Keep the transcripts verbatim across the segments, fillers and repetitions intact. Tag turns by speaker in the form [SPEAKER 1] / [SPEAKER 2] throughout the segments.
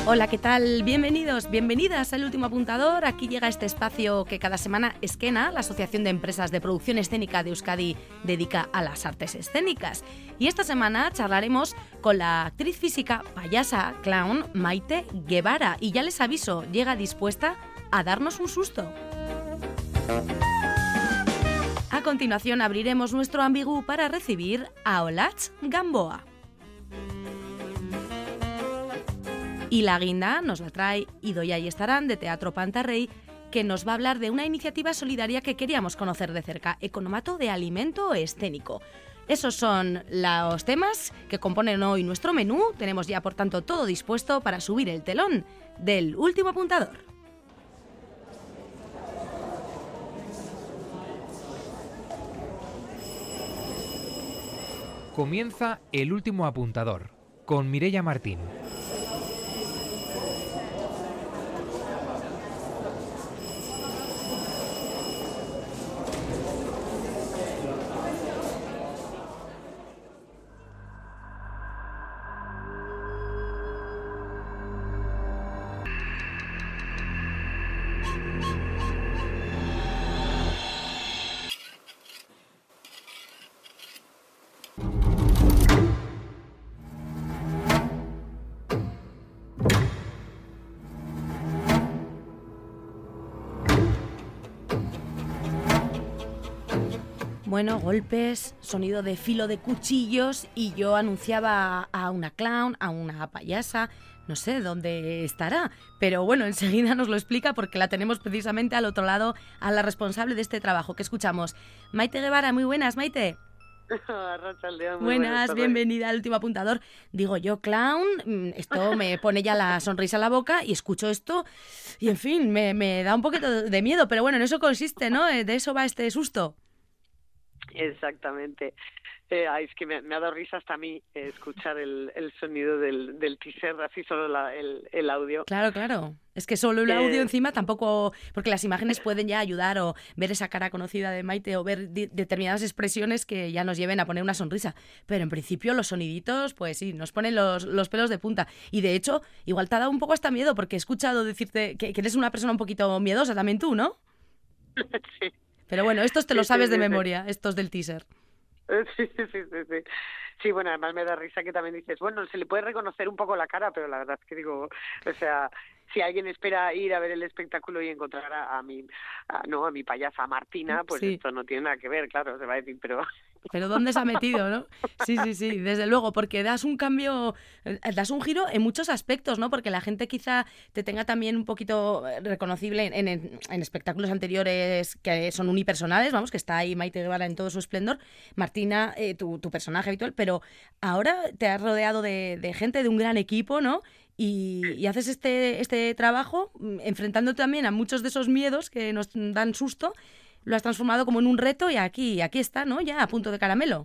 [SPEAKER 1] Hola, ¿qué tal? Bienvenidos, bienvenidas al Último Apuntador. Aquí llega este espacio que cada semana Eskena, la Asociación de Empresas de Producción Escénica de Euskadi, dedica a las artes escénicas. Y esta semana charlaremos con la actriz física, payasa, clown, Maite Guevara. Y ya les aviso, llega dispuesta a darnos un susto. A continuación abriremos nuestro ambigú para recibir a Olatz Gamboa. Y la guinda nos la trae Idoia Estarán de Teatro Pantarrey, que nos va a hablar de una iniciativa solidaria que queríamos conocer de cerca, Economato de Alimento Escénico. Esos son los temas que componen hoy nuestro menú. Tenemos ya, por tanto, todo dispuesto para subir el telón del Último Apuntador.
[SPEAKER 2] Comienza El Último Apuntador, con Mireia Martín.
[SPEAKER 1] Bueno, golpes, sonido de filo de cuchillos y yo anunciaba a una clown, a una payasa, no sé dónde estará, pero bueno, enseguida nos lo explica porque la tenemos precisamente al otro lado a la responsable de este trabajo que escuchamos. Maite Guevara, muy buenas, Maite.
[SPEAKER 3] Buenas,
[SPEAKER 1] buenas, bienvenida al Último Apuntador. Digo yo, clown, esto me pone ya la sonrisa en la boca y escucho esto y en fin, me, me da un poquito de miedo, pero bueno, en eso consiste, ¿no? De eso va este susto.
[SPEAKER 3] Exactamente. Eh, ay, es que me, me ha dado risa hasta a mí eh, escuchar el, el sonido del, del teaser, así solo la, el, el audio.
[SPEAKER 1] Claro, claro. Es que solo el audio eh... encima tampoco... Porque las imágenes pueden ya ayudar o ver esa cara conocida de Maite o ver de, determinadas expresiones que ya nos lleven a poner una sonrisa. Pero en principio los soniditos, pues sí, nos ponen los, los pelos de punta. Y de hecho, igual te ha dado un poco hasta miedo porque he escuchado decirte que, que eres una persona un poquito miedosa también tú, ¿no?
[SPEAKER 3] Sí.
[SPEAKER 1] Pero bueno, estos te lo sabes
[SPEAKER 3] sí, sí,
[SPEAKER 1] de
[SPEAKER 3] sí.
[SPEAKER 1] memoria, estos del teaser.
[SPEAKER 3] Sí, sí, sí, sí, sí. Sí, bueno, además me da risa que también dices, bueno, se le puede reconocer un poco la cara, pero la verdad es que digo, o sea, si alguien espera ir a ver el espectáculo y encontrar a, a mi, a, no, a mi payasa Martina, pues
[SPEAKER 1] sí.
[SPEAKER 3] Esto no tiene nada que ver, claro, se va a decir, pero...
[SPEAKER 1] Pero ¿dónde se ha metido, no? Sí, sí, sí, desde luego, porque das un cambio, das un giro en muchos aspectos, ¿no? Porque la gente quizá te tenga también un poquito reconocible en, en, en espectáculos anteriores que son unipersonales, vamos, que está ahí Maite Guevara en todo su esplendor, Martina, eh, tu, tu personaje habitual, pero ahora te has rodeado de, de gente, de un gran equipo, ¿no? Y, y haces este, este trabajo enfrentándote también a muchos de esos miedos que nos dan susto. Lo has transformado como en un reto y aquí, aquí está, ¿no? Ya a punto de caramelo.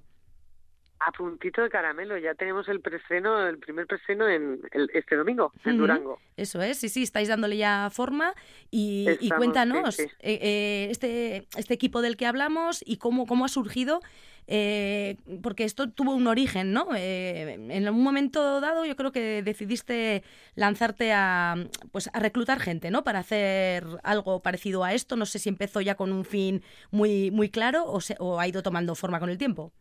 [SPEAKER 3] A puntito de caramelo, ya tenemos el preestreno, el primer preestreno en el, este domingo, en uh-huh. Durango.
[SPEAKER 1] Eso es, sí, sí, estáis dándole ya forma y,
[SPEAKER 3] Estamos,
[SPEAKER 1] y cuéntanos
[SPEAKER 3] sí, sí.
[SPEAKER 1] Eh, eh, este, este equipo del que hablamos y cómo, cómo ha surgido, eh, porque esto tuvo un origen, ¿no? Eh, en un momento dado yo creo que decidiste lanzarte a, pues, a reclutar gente, ¿no? Para hacer algo parecido a esto, no sé si empezó ya con un fin muy, muy claro o, se, o ha ido tomando forma con el tiempo.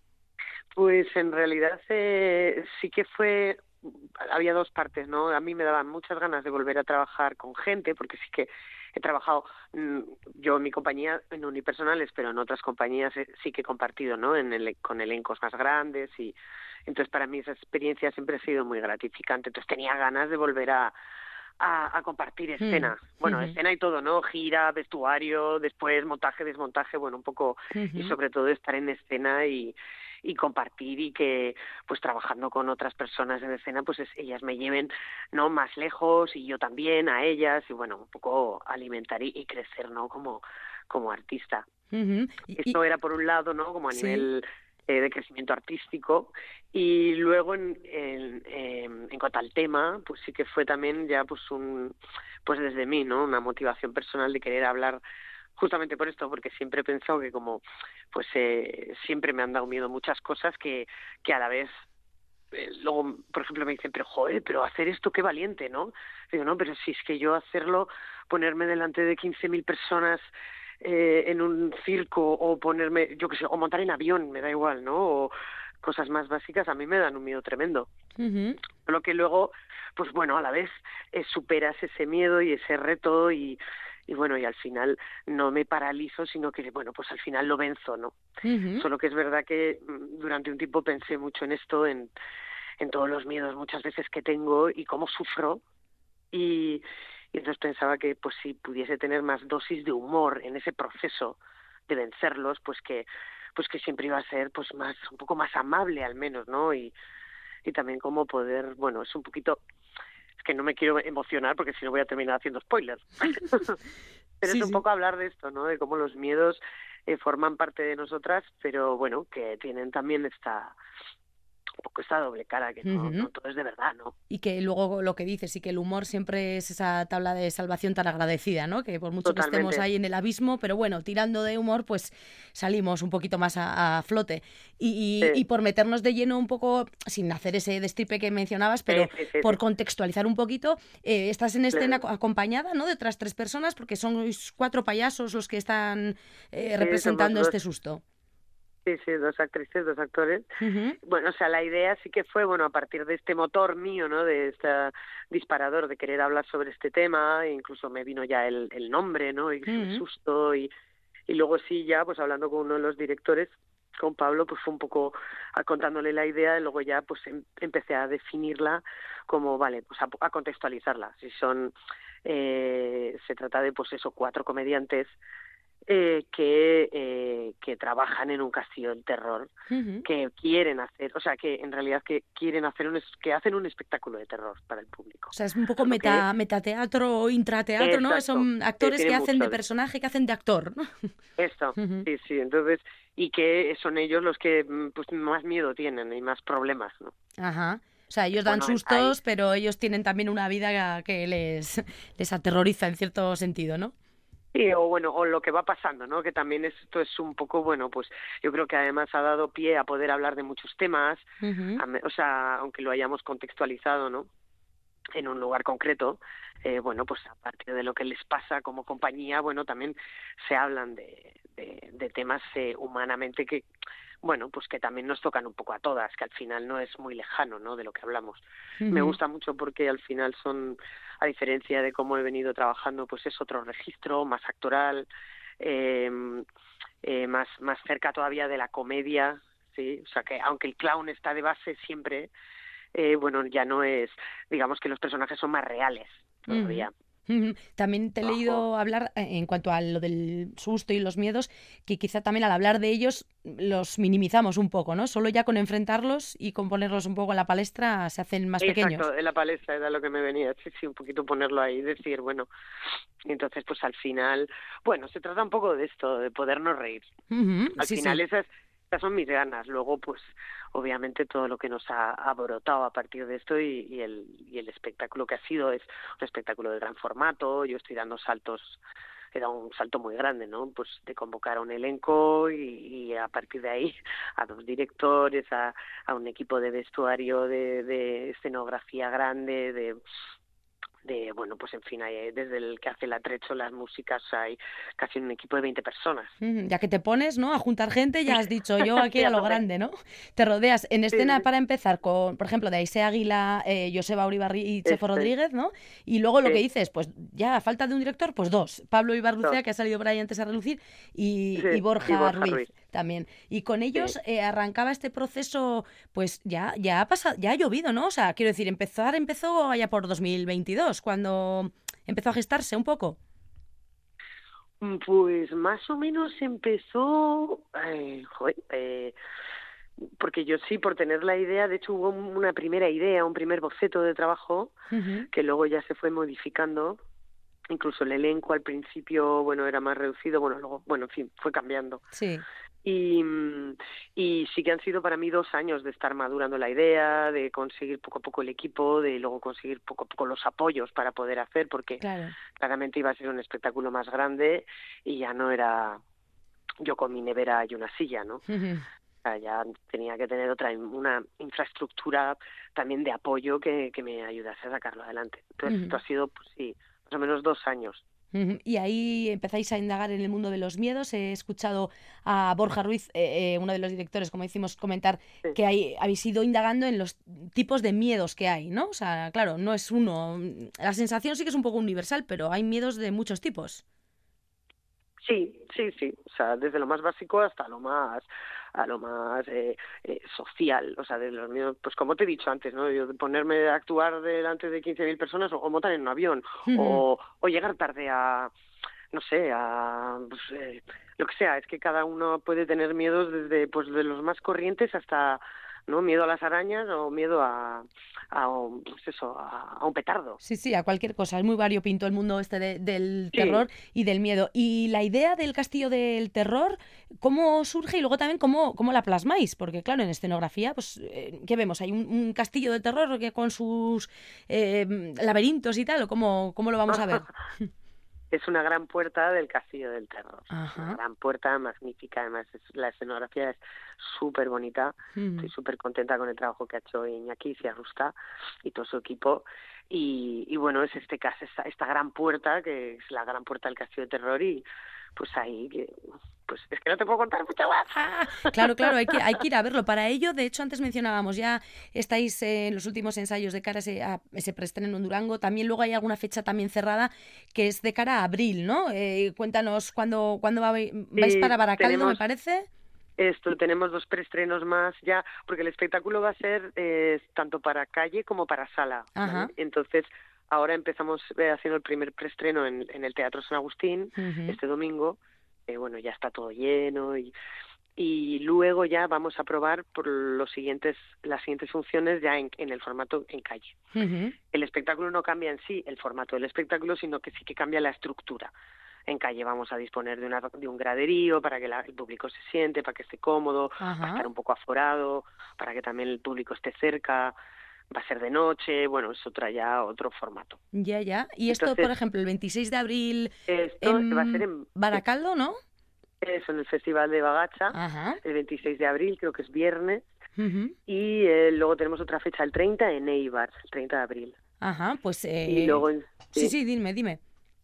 [SPEAKER 3] Pues en realidad eh, sí que fue, había dos partes, ¿no? A mí me daban muchas ganas de volver a trabajar con gente, porque sí que he trabajado mmm, yo en mi compañía en unipersonales, pero en otras compañías eh, sí que he compartido, ¿no? En el, con elencos más grandes y entonces para mí esa experiencia siempre ha sido muy gratificante. Entonces tenía ganas de volver a A, a compartir escena, mm. bueno, uh-huh. escena y todo, ¿no? Gira, vestuario, después montaje, desmontaje, bueno, un poco, uh-huh. y sobre todo estar en escena y, y compartir y que, pues trabajando con otras personas en escena, pues es, ellas me lleven, ¿no? Más lejos y yo también a ellas y, bueno, un poco alimentar y, y crecer, ¿no? Como, como artista.
[SPEAKER 1] Uh-huh.
[SPEAKER 3] Esto
[SPEAKER 1] y...
[SPEAKER 3] era por un lado, ¿no? Como a
[SPEAKER 1] sí.
[SPEAKER 3] nivel... de crecimiento artístico y luego en, en, en, en cuanto al tema pues sí que fue también ya pues un pues desde mí, ¿no? Una motivación personal de querer hablar justamente por esto, porque siempre he pensado que como pues eh, siempre me han dado miedo muchas cosas que, que a la vez eh, luego, por ejemplo, me dicen, pero joder, pero hacer esto qué valiente, ¿no? Digo, no, pero si es que yo hacerlo, ponerme delante de quince mil personas eh, en un circo o ponerme, yo qué sé, o montar en avión, me da igual, ¿no? O cosas más básicas, a mí me dan un miedo tremendo.
[SPEAKER 1] Uh-huh.
[SPEAKER 3] Lo que luego, pues bueno, a la vez eh, superas ese miedo y ese reto y, y bueno, y al final no me paralizo, sino que, bueno, pues al final lo venzo, ¿no?
[SPEAKER 1] Uh-huh.
[SPEAKER 3] Solo que es verdad que mm, durante un tiempo pensé mucho en esto, en, en todos los miedos muchas veces que tengo y cómo sufro y, y entonces pensaba que pues si pudiese tener más dosis de humor en ese proceso de vencerlos, pues que pues que siempre iba a ser pues más un poco más amable al menos, ¿no? Y y también cómo poder, bueno, es un poquito, es que no me quiero emocionar porque si no voy a terminar haciendo spoilers, pero es
[SPEAKER 1] Sí,
[SPEAKER 3] un
[SPEAKER 1] sí.
[SPEAKER 3] poco hablar de esto, ¿no? De cómo los miedos eh, forman parte de nosotras, pero bueno, que tienen también esta, un poco esta doble cara, que no,
[SPEAKER 1] Uh-huh.
[SPEAKER 3] no todo es de verdad, ¿no?
[SPEAKER 1] Y que luego lo que dices, y que el humor siempre es esa tabla de salvación tan agradecida, ¿no? Que por mucho que estemos
[SPEAKER 3] Totalmente.
[SPEAKER 1] ahí en el abismo, pero bueno, tirando de humor, pues salimos un poquito más a, a flote. Y, y,
[SPEAKER 3] Sí,
[SPEAKER 1] y por meternos de lleno un poco, sin hacer ese destripe que mencionabas,
[SPEAKER 3] sí,
[SPEAKER 1] pero
[SPEAKER 3] sí, sí,
[SPEAKER 1] por
[SPEAKER 3] sí,
[SPEAKER 1] contextualizar un poquito, eh, estás en escena
[SPEAKER 3] claro.
[SPEAKER 1] co- acompañada, ¿no? De otras tres personas, porque son cuatro payasos los que están eh,
[SPEAKER 3] Sí, somos
[SPEAKER 1] representando
[SPEAKER 3] dos,
[SPEAKER 1] este susto.
[SPEAKER 3] sí, sí, dos actrices, dos actores.
[SPEAKER 1] Ujú,
[SPEAKER 3] Bueno, o sea, la idea sí que fue, bueno, a partir de este motor mío, ¿no? De este disparador de querer hablar sobre este tema, e incluso me vino ya el, el nombre, ¿no? Y el
[SPEAKER 1] ujú,
[SPEAKER 3] susto y, y luego sí ya, pues hablando con uno de los directores, con Pablo, pues fue un poco a contándole la idea y luego ya pues em, empecé a definirla como, vale, pues a, a contextualizarla. Si son, eh, se trata de pues eso, cuatro comediantes eh, que, eh, que trabajan en un castillo del terror,
[SPEAKER 1] ujú.
[SPEAKER 3] que quieren hacer, o sea, que en realidad que quieren hacer un, es- que hacen un espectáculo de terror para el público.
[SPEAKER 1] O sea, es un poco
[SPEAKER 3] Solo que,
[SPEAKER 1] meta, metateatro o intrateatro, ¿no?
[SPEAKER 3] exacto,
[SPEAKER 1] Son
[SPEAKER 3] sí,
[SPEAKER 1] actores
[SPEAKER 3] tiene
[SPEAKER 1] que hacen de
[SPEAKER 3] mucho de
[SPEAKER 1] personaje, que hacen de actor, ¿no?
[SPEAKER 3] esto,
[SPEAKER 1] Ujú.
[SPEAKER 3] sí, sí, entonces, y que son ellos los que mm, pues más miedo tienen y más problemas, ¿no?
[SPEAKER 1] Ajá. O sea, ellos dan
[SPEAKER 3] Bueno, hay,
[SPEAKER 1] sustos, pero ellos tienen también una vida que les, les aterroriza en cierto sentido, ¿no?
[SPEAKER 3] sí, o bueno, o lo que va pasando, ¿no? Que también esto es un poco, bueno, pues yo creo que además ha dado pie a poder hablar de muchos temas,
[SPEAKER 1] Ujú,
[SPEAKER 3] a me- o sea, aunque lo hayamos contextualizado, ¿no? En un lugar concreto, eh, bueno, pues a partir de lo que les pasa como compañía, bueno, también se hablan de, de, de temas eh, humanamente que, bueno, pues que también nos tocan un poco a todas, que al final no es muy lejano, ¿no? De lo que hablamos. Me
[SPEAKER 1] ujú,
[SPEAKER 3] gusta mucho porque al final son, a diferencia de cómo he venido trabajando, pues es otro registro, más actoral, eh, eh, más, más cerca todavía de la comedia, sí, o sea que aunque el clown está de base siempre, eh, bueno, ya no es, digamos que los personajes son más reales
[SPEAKER 1] ujú,
[SPEAKER 3] todavía.
[SPEAKER 1] ujú. También te he
[SPEAKER 3] Trabajo.
[SPEAKER 1] leído hablar, eh, en cuanto a lo del susto y los miedos, que quizá también al hablar de ellos los minimizamos un poco, ¿no? Solo ya con enfrentarlos y con ponerlos un poco en la palestra se hacen más
[SPEAKER 3] Exacto,
[SPEAKER 1] pequeños.
[SPEAKER 3] en la palestra era lo que me venía, sí, sí, un poquito ponerlo ahí, decir, bueno, y entonces pues al final, bueno, se trata un poco de esto, de podernos reír.
[SPEAKER 1] Ujú,
[SPEAKER 3] Al
[SPEAKER 1] sí,
[SPEAKER 3] final
[SPEAKER 1] sí.
[SPEAKER 3] esas, esas son mis ganas, luego pues obviamente todo lo que nos ha, ha brotado a partir de esto y, y, el, y el espectáculo que ha sido es un espectáculo de gran formato, yo estoy dando saltos, era un salto muy grande, ¿no? Pues de convocar a un elenco y, y a partir de ahí a dos directores, a, a un equipo de vestuario, de, de escenografía grande, de de, bueno, pues en fin, hay, desde el que hace el atrecho, las músicas, hay casi un equipo de veinte personas.
[SPEAKER 1] Ujú, ya que te pones, ¿no? A juntar gente, ya has dicho yo aquí
[SPEAKER 3] Sí,
[SPEAKER 1] a
[SPEAKER 3] a
[SPEAKER 1] lo
[SPEAKER 3] tope.
[SPEAKER 1] grande, ¿no? Te rodeas en
[SPEAKER 3] Sí,
[SPEAKER 1] escena
[SPEAKER 3] sí,
[SPEAKER 1] para empezar con, por ejemplo, de Aisea Águila, eh, Joseba Uribarri y Chefo
[SPEAKER 3] este,
[SPEAKER 1] Rodríguez, ¿no? Y luego lo que
[SPEAKER 3] sí,
[SPEAKER 1] dices, pues ya a falta de un director, pues dos. Pablo
[SPEAKER 3] dos,
[SPEAKER 1] Ibarlucea, que ha salido por ahí antes a relucir, y,
[SPEAKER 3] sí,
[SPEAKER 1] y
[SPEAKER 3] y
[SPEAKER 1] Borja
[SPEAKER 3] Borja
[SPEAKER 1] Ruiz
[SPEAKER 3] Ruiz,
[SPEAKER 1] también. Y con
[SPEAKER 3] sí.
[SPEAKER 1] ellos eh, arrancaba este proceso, pues ya, ya ha pasado, ya ha llovido, ¿no? O sea, quiero decir, empezar empezó allá por dos mil veintidós, cuando empezó a gestarse un poco.
[SPEAKER 3] Mm, Pues más o menos empezó, eh, joder, eh, porque yo sí, por tener la idea, de hecho hubo un- una primera idea, un primer boceto de trabajo,
[SPEAKER 1] Ujú,
[SPEAKER 3] que luego ya se fue modificando, incluso el elenco al principio, bueno, era más reducido, bueno, luego, bueno, en fin, fue cambiando.
[SPEAKER 1] sí,
[SPEAKER 3] Y, mm, y sí que han sido para mí dos años de estar madurando la idea, de conseguir poco a poco el equipo, de luego conseguir poco a poco los apoyos para poder hacer, porque
[SPEAKER 1] claro.
[SPEAKER 3] claramente iba a ser un espectáculo más grande y ya no era yo con mi nevera y una silla, ¿no? sea, ya tenía que tener otra, una infraestructura también de apoyo que, que me ayudase a sacarlo adelante. Entonces,
[SPEAKER 1] Ujú.
[SPEAKER 3] esto ha sido, pues sí, más o menos dos años.
[SPEAKER 1] Ujú. Y ahí empezáis a indagar en el mundo de los miedos. He escuchado a Borja Ruiz, eh, eh, uno de los directores, como decimos, comentar
[SPEAKER 3] Sí.
[SPEAKER 1] que hay, habéis ido indagando en los tipos de miedos que hay, ¿no? O sea, claro, no es uno. La sensación sí que es un poco universal, pero hay miedos de muchos tipos.
[SPEAKER 3] Sí, sí, sí, o sea, desde lo más básico hasta lo más, a lo más eh, eh, social, o sea, de los míos, pues como te he dicho antes, ¿no? Yo de ponerme a actuar delante de quince mil personas o, o montar en un avión
[SPEAKER 1] Ujú.
[SPEAKER 3] o, o llegar tarde a, no sé, a pues, eh, lo que sea, es que cada uno puede tener miedos desde pues de los más corrientes hasta, ¿no? Miedo a las arañas o miedo a, a un, pues eso, a, a un petardo.
[SPEAKER 1] Sí, sí, a cualquier cosa. Es muy variopinto el mundo este de- del terror
[SPEAKER 3] Sí.
[SPEAKER 1] y del miedo. Y la idea del castillo del terror, ¿cómo surge? Y luego también cómo, cómo la plasmáis. Porque claro, en escenografía, pues, eh, ¿qué vemos? ¿Hay un, un castillo de terror que con sus eh, laberintos y tal? ¿O cómo, cómo lo vamos a ver?
[SPEAKER 3] Es una gran puerta del Castillo del Terror. Es una
[SPEAKER 1] Ajá.
[SPEAKER 3] gran puerta magnífica, además es, la escenografía es súper bonita. Estoy
[SPEAKER 1] Mm.
[SPEAKER 3] súper contenta con el trabajo que ha hecho Iñaki Ciarrusta y todo su equipo. Y, y bueno, es este caso, esta, esta gran puerta, que es la gran puerta del Castillo del Terror, y pues ahí, que, pues es que no te puedo contar mucho
[SPEAKER 1] Ah,
[SPEAKER 3] más.
[SPEAKER 1] claro, claro, hay que, hay que ir a verlo. Para ello, de hecho, antes mencionábamos, ya estáis eh, en los últimos ensayos de cara a ese, a ese preestreno en Durango. También luego hay alguna fecha también cerrada que es de cara a abril, ¿no? Eh, cuéntanos cuándo, cuándo va- vais
[SPEAKER 3] Y
[SPEAKER 1] para Baracaldo, me
[SPEAKER 3] tenemos
[SPEAKER 1] parece.
[SPEAKER 3] esto, tenemos dos preestrenos más ya, porque el espectáculo va a ser eh, tanto para calle como para sala, ¿vale?
[SPEAKER 1] Ajá.
[SPEAKER 3] Entonces, ahora empezamos eh, haciendo el primer preestreno en, en el Teatro San Agustín
[SPEAKER 1] Ujú.
[SPEAKER 3] este domingo. Eh, bueno, ya está todo lleno y, y luego ya vamos a probar por los siguientes, las siguientes funciones ya en, en el formato en calle.
[SPEAKER 1] Ujú.
[SPEAKER 3] El espectáculo no cambia en sí el formato del espectáculo, sino que sí que cambia la estructura. En calle vamos a disponer de, una, de un graderío para que la, el público se siente, para que esté cómodo, va a
[SPEAKER 1] Ajá.
[SPEAKER 3] estar un poco aforado, para que también el público esté cerca, va a ser de noche, bueno, es otra ya otro formato.
[SPEAKER 1] Ya, ya. Y esto, por
[SPEAKER 3] Entonces,
[SPEAKER 1] ejemplo, el veintiséis de abril
[SPEAKER 3] esto va a ser
[SPEAKER 1] en
[SPEAKER 3] en,
[SPEAKER 1] Baracaldo, ¿no?
[SPEAKER 3] eso, en el Festival de Bagacha,
[SPEAKER 1] Ajá.
[SPEAKER 3] el veintiséis de abril, creo que es viernes,
[SPEAKER 1] Ujú.
[SPEAKER 3] y eh, luego tenemos otra fecha, el treinta, en Eibar, el treinta de abril.
[SPEAKER 1] Ajá, pues
[SPEAKER 3] Y
[SPEAKER 1] eh...
[SPEAKER 3] luego, en-
[SPEAKER 1] sí,
[SPEAKER 3] sí,
[SPEAKER 1] sí, dime, dime.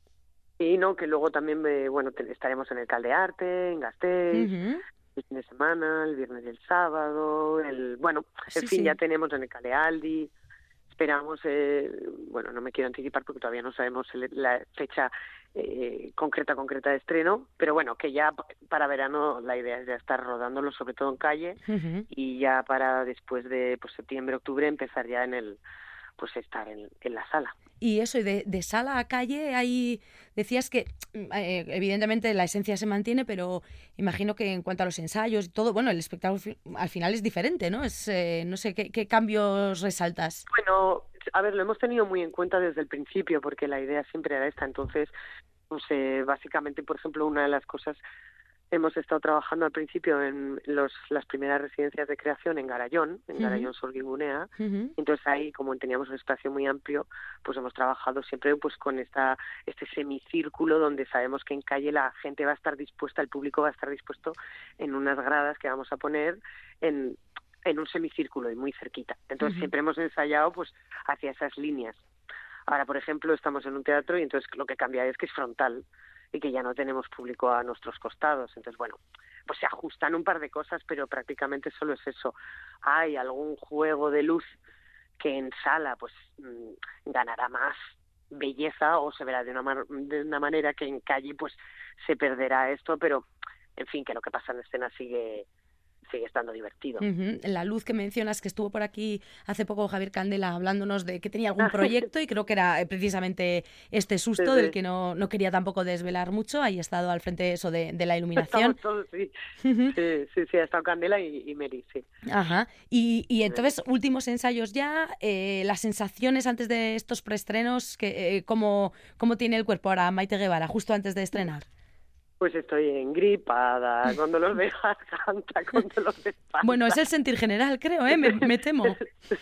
[SPEAKER 3] y no, que luego también me, bueno, te- estaremos en el Caldearte, en Gasteiz,
[SPEAKER 1] Ujú.
[SPEAKER 3] el fin de semana, el viernes y el sábado, el, bueno, en
[SPEAKER 1] Sí,
[SPEAKER 3] fin, ya
[SPEAKER 1] sí.
[SPEAKER 3] tenemos en el Calealdi, esperamos, eh, bueno, no me quiero anticipar porque todavía no sabemos el- la fecha eh, concreta, concreta de estreno, pero bueno, que ya p- para verano la idea es ya estar rodándolo, sobre todo en calle,
[SPEAKER 1] Ujú.
[SPEAKER 3] y ya para después de pues, septiembre, octubre, empezar ya en el, pues estar en, en la sala.
[SPEAKER 1] Y eso, y de, de sala a calle, ahí decías que mm, eh, evidentemente la esencia se mantiene, pero imagino que en cuanto a los ensayos y todo, bueno, el espectáculo fi- al final es diferente, ¿no? Es, eh, no sé, ¿qué, qué cambios resaltas?
[SPEAKER 3] Bueno, a ver, lo hemos tenido muy en cuenta desde el principio porque la idea siempre era esta. Entonces, pues eh, básicamente, por ejemplo, una de las cosas, hemos estado trabajando al principio en los, las primeras residencias de creación en Garayón, en
[SPEAKER 1] Ujú.
[SPEAKER 3] Garayón Sorguingunea.
[SPEAKER 1] Ujú.
[SPEAKER 3] Entonces ahí, como teníamos un espacio muy amplio, pues hemos trabajado siempre pues con esta este semicírculo donde sabemos que en calle la gente va a estar dispuesta, el público va a estar dispuesto en unas gradas que vamos a poner en en un semicírculo y muy cerquita. Entonces
[SPEAKER 1] Ujú.
[SPEAKER 3] siempre hemos ensayado pues hacia esas líneas. Ahora, por ejemplo, estamos en un teatro y entonces lo que cambia es que es frontal y que ya no tenemos público a nuestros costados. Entonces, bueno, pues se ajustan un par de cosas, pero prácticamente solo es eso. Hay algún juego de luz que en sala pues mm, ganará más belleza o se verá de una, mar- de una manera que en calle pues se perderá esto, pero en fin, que lo que pasa en escena sigue sigue estando divertido.
[SPEAKER 1] Ujú. La luz que mencionas, que estuvo por aquí hace poco Javier Candela hablándonos de que tenía algún proyecto y creo que era eh, precisamente este
[SPEAKER 3] Sí,
[SPEAKER 1] susto del
[SPEAKER 3] sí.
[SPEAKER 1] que no, no quería tampoco desvelar mucho. Ahí ha estado al frente eso de, de la
[SPEAKER 3] Estamos
[SPEAKER 1] iluminación.
[SPEAKER 3] todos, sí.
[SPEAKER 1] Ujú.
[SPEAKER 3] Sí, sí, sí, ha estado Candela y, y Mary, sí.
[SPEAKER 1] Ajá. Y, y
[SPEAKER 3] Y Mary.
[SPEAKER 1] entonces, últimos ensayos ya, eh, las sensaciones antes de estos preestrenos, que, eh, ¿cómo, cómo tiene el cuerpo ahora Maite Guevara, justo antes de estrenar?
[SPEAKER 3] Pues estoy engripada, con dolor de garganta, con dolor de
[SPEAKER 1] Bueno, es
[SPEAKER 3] espalda.
[SPEAKER 1] el sentir general, creo, ¿eh? Me, me temo.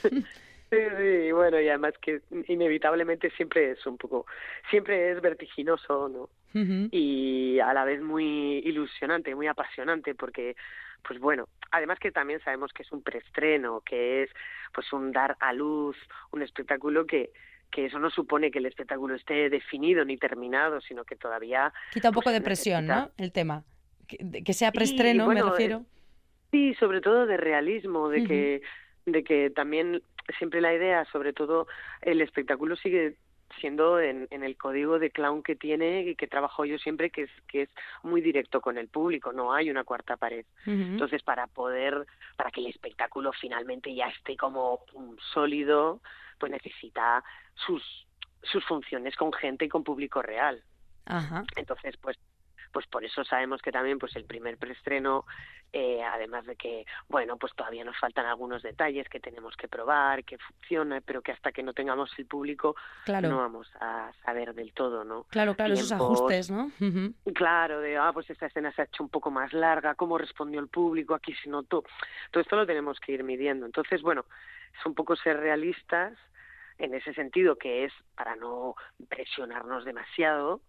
[SPEAKER 3] Sí, sí, bueno, y además que inevitablemente siempre es un poco, siempre es vertiginoso, ¿no?
[SPEAKER 1] Ujú.
[SPEAKER 3] Y a la vez muy ilusionante, muy apasionante, porque pues bueno, además que también sabemos que es un preestreno, que es pues un dar a luz un espectáculo que que eso no supone que el espectáculo esté definido ni terminado, sino que todavía...
[SPEAKER 1] Quita un poco
[SPEAKER 3] pues,
[SPEAKER 1] de presión,
[SPEAKER 3] necesita...
[SPEAKER 1] ¿no? El tema. Que, que sea
[SPEAKER 3] Sí,
[SPEAKER 1] preestreno,
[SPEAKER 3] bueno,
[SPEAKER 1] me refiero.
[SPEAKER 3] Eh, sí, sobre todo de realismo, de
[SPEAKER 1] Uh-huh.
[SPEAKER 3] que de que también siempre la idea, sobre todo el espectáculo sigue siendo en, en el código de clown que tiene y que trabajo yo siempre, que es que es muy directo con el público, no hay una cuarta pared.
[SPEAKER 1] Uh-huh.
[SPEAKER 3] Entonces, para poder, para que el espectáculo finalmente ya esté como um, sólido, pues necesita sus sus funciones con gente y con público real.
[SPEAKER 1] Ajá.
[SPEAKER 3] Entonces, pues pues por eso sabemos que también pues el primer preestreno, eh, además de que, bueno, pues todavía nos faltan algunos detalles que tenemos que probar, que funciona, pero que hasta que no tengamos el público
[SPEAKER 1] claro.
[SPEAKER 3] no vamos a saber del todo, ¿no?
[SPEAKER 1] Claro, claro,
[SPEAKER 3] Tiempos,
[SPEAKER 1] esos ajustes, ¿no? Uh-huh.
[SPEAKER 3] Claro, de, ah, pues esta escena se ha hecho un poco más larga, cómo respondió el público, aquí se notó. Todo esto lo tenemos que ir midiendo. Entonces, bueno, es un poco ser realistas en ese sentido, que es para no presionarnos demasiado.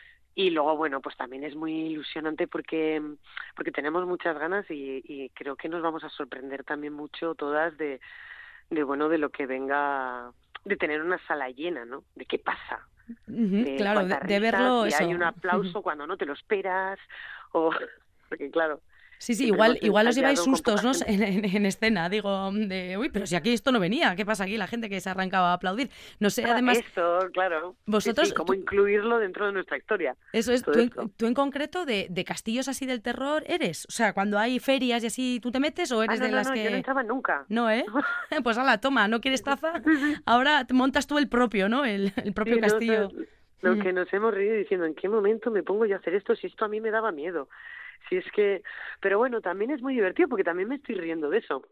[SPEAKER 3] Y luego, bueno, pues también es muy ilusionante porque porque tenemos muchas ganas y, y creo que nos vamos a sorprender también mucho todas de, de, bueno, de lo que venga, de tener una sala llena, ¿no? De qué pasa.
[SPEAKER 1] Uh-huh,
[SPEAKER 3] de
[SPEAKER 1] claro, de, de verlo
[SPEAKER 3] si
[SPEAKER 1] eso.
[SPEAKER 3] hay un aplauso uh-huh. cuando no te lo esperas, o... porque claro...
[SPEAKER 1] Sí, sí, igual, igual os lleváis sustos, ¿no? En, en, en escena, digo, de, uy, pero si aquí esto no venía, ¿qué pasa aquí? La gente que se arrancaba a aplaudir. No sé, además...
[SPEAKER 3] Esto, claro.
[SPEAKER 1] Vosotros...
[SPEAKER 3] Sí, sí, cómo
[SPEAKER 1] tú...
[SPEAKER 3] incluirlo dentro de nuestra historia.
[SPEAKER 1] Eso es, tú en, tú en concreto, de, de castillos así del terror, ¿eres? O sea, cuando hay ferias y así, ¿tú te metes o eres
[SPEAKER 3] ah, no,
[SPEAKER 1] de
[SPEAKER 3] no,
[SPEAKER 1] las
[SPEAKER 3] no,
[SPEAKER 1] que...?
[SPEAKER 3] yo no entraba nunca.
[SPEAKER 1] No, ¿eh? Pues ala, toma, ¿no quieres taza? Ahora montas tú el propio, ¿no? El, el propio
[SPEAKER 3] sí,
[SPEAKER 1] castillo.
[SPEAKER 3] No, lo que nos hemos reído diciendo, ¿en qué momento me pongo yo a hacer esto si esto a mí me daba miedo? Si es que, pero bueno, también es muy divertido porque también me estoy riendo de eso.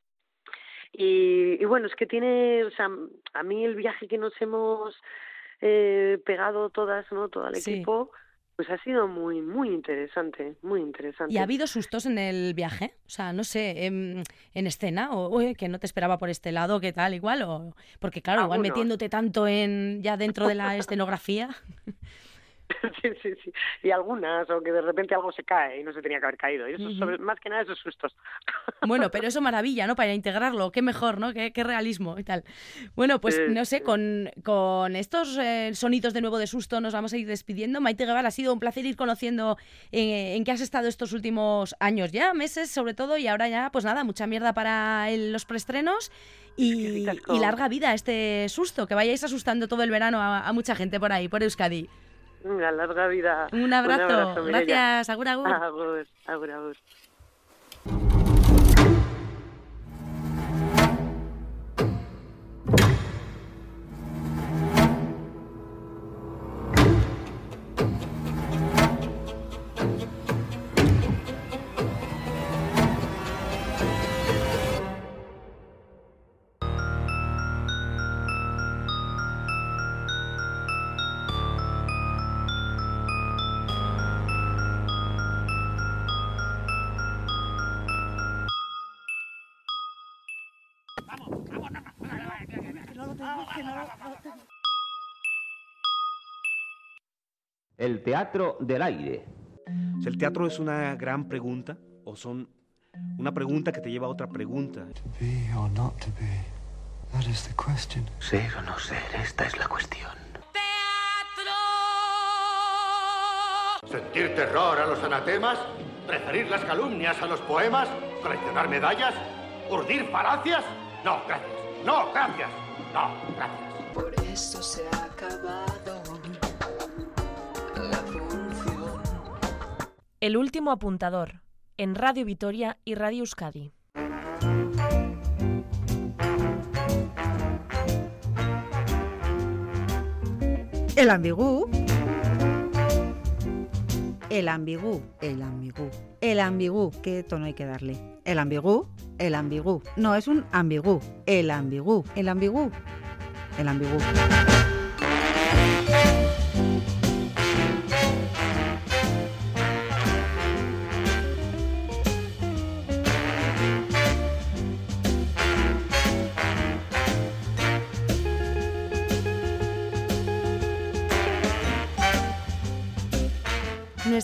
[SPEAKER 3] Y, y bueno, es que tiene, o sea, a mí el viaje que nos hemos eh, pegado todas, ¿no? Todo el
[SPEAKER 1] sí.
[SPEAKER 3] equipo, pues ha sido muy, muy interesante, muy interesante.
[SPEAKER 1] ¿Y ha habido sustos en el viaje? O sea, no sé, en, en escena, o uy, que no te esperaba por este lado, qué tal, igual, o porque claro,
[SPEAKER 3] ¿Algunos?
[SPEAKER 1] igual metiéndote tanto en ya dentro de la escenografía.
[SPEAKER 3] Sí, sí, sí. Y algunas, o que de repente algo se cae y no se tenía que haber caído. Y eso, uh-huh. sobre, más que nada, esos sustos.
[SPEAKER 1] Bueno, pero eso maravilla, ¿no? Para integrarlo, qué mejor, ¿no? Qué, qué realismo y tal. Bueno, pues
[SPEAKER 3] sí,
[SPEAKER 1] no sé,
[SPEAKER 3] sí.
[SPEAKER 1] con, con estos eh, sonidos de nuevo de susto nos vamos a ir despidiendo. Maite Guevara, ha sido un placer ir conociendo eh, en qué has estado estos últimos años ya, meses sobre todo, y ahora ya, pues nada, mucha mierda para el, los preestrenos y, y larga vida a este susto, que vayáis asustando todo el verano a, a mucha gente por ahí, por Euskadi.
[SPEAKER 3] Una larga vida.
[SPEAKER 1] Un abrazo.
[SPEAKER 3] Un abrazo,
[SPEAKER 1] gracias. Agur, agur.
[SPEAKER 3] Agur, agur, agur.
[SPEAKER 4] El teatro del aire.
[SPEAKER 5] ¿El teatro es una gran pregunta o son una pregunta que te lleva a otra pregunta?
[SPEAKER 6] To be or not to be, that is the question.
[SPEAKER 4] Ser o no ser, esta es la cuestión.
[SPEAKER 7] ¡Teatro!
[SPEAKER 8] ¿Sentir terror a los anatemas? ¿Preferir las calumnias a los poemas? ¿Coleccionar medallas? ¿Urdir falacias? No, gracias. No, gracias. No, gracias.
[SPEAKER 9] Por eso se ha acabado la función.
[SPEAKER 10] El último apuntador, en Radio Vitoria y Radio Euskadi.
[SPEAKER 11] El ambigú. El ambigú, el ambigú, el ambigú. ¿Qué tono hay que darle? El ambigú, el ambigú. No, es un ambigú. El ambigú, el ambigú, el ambigú.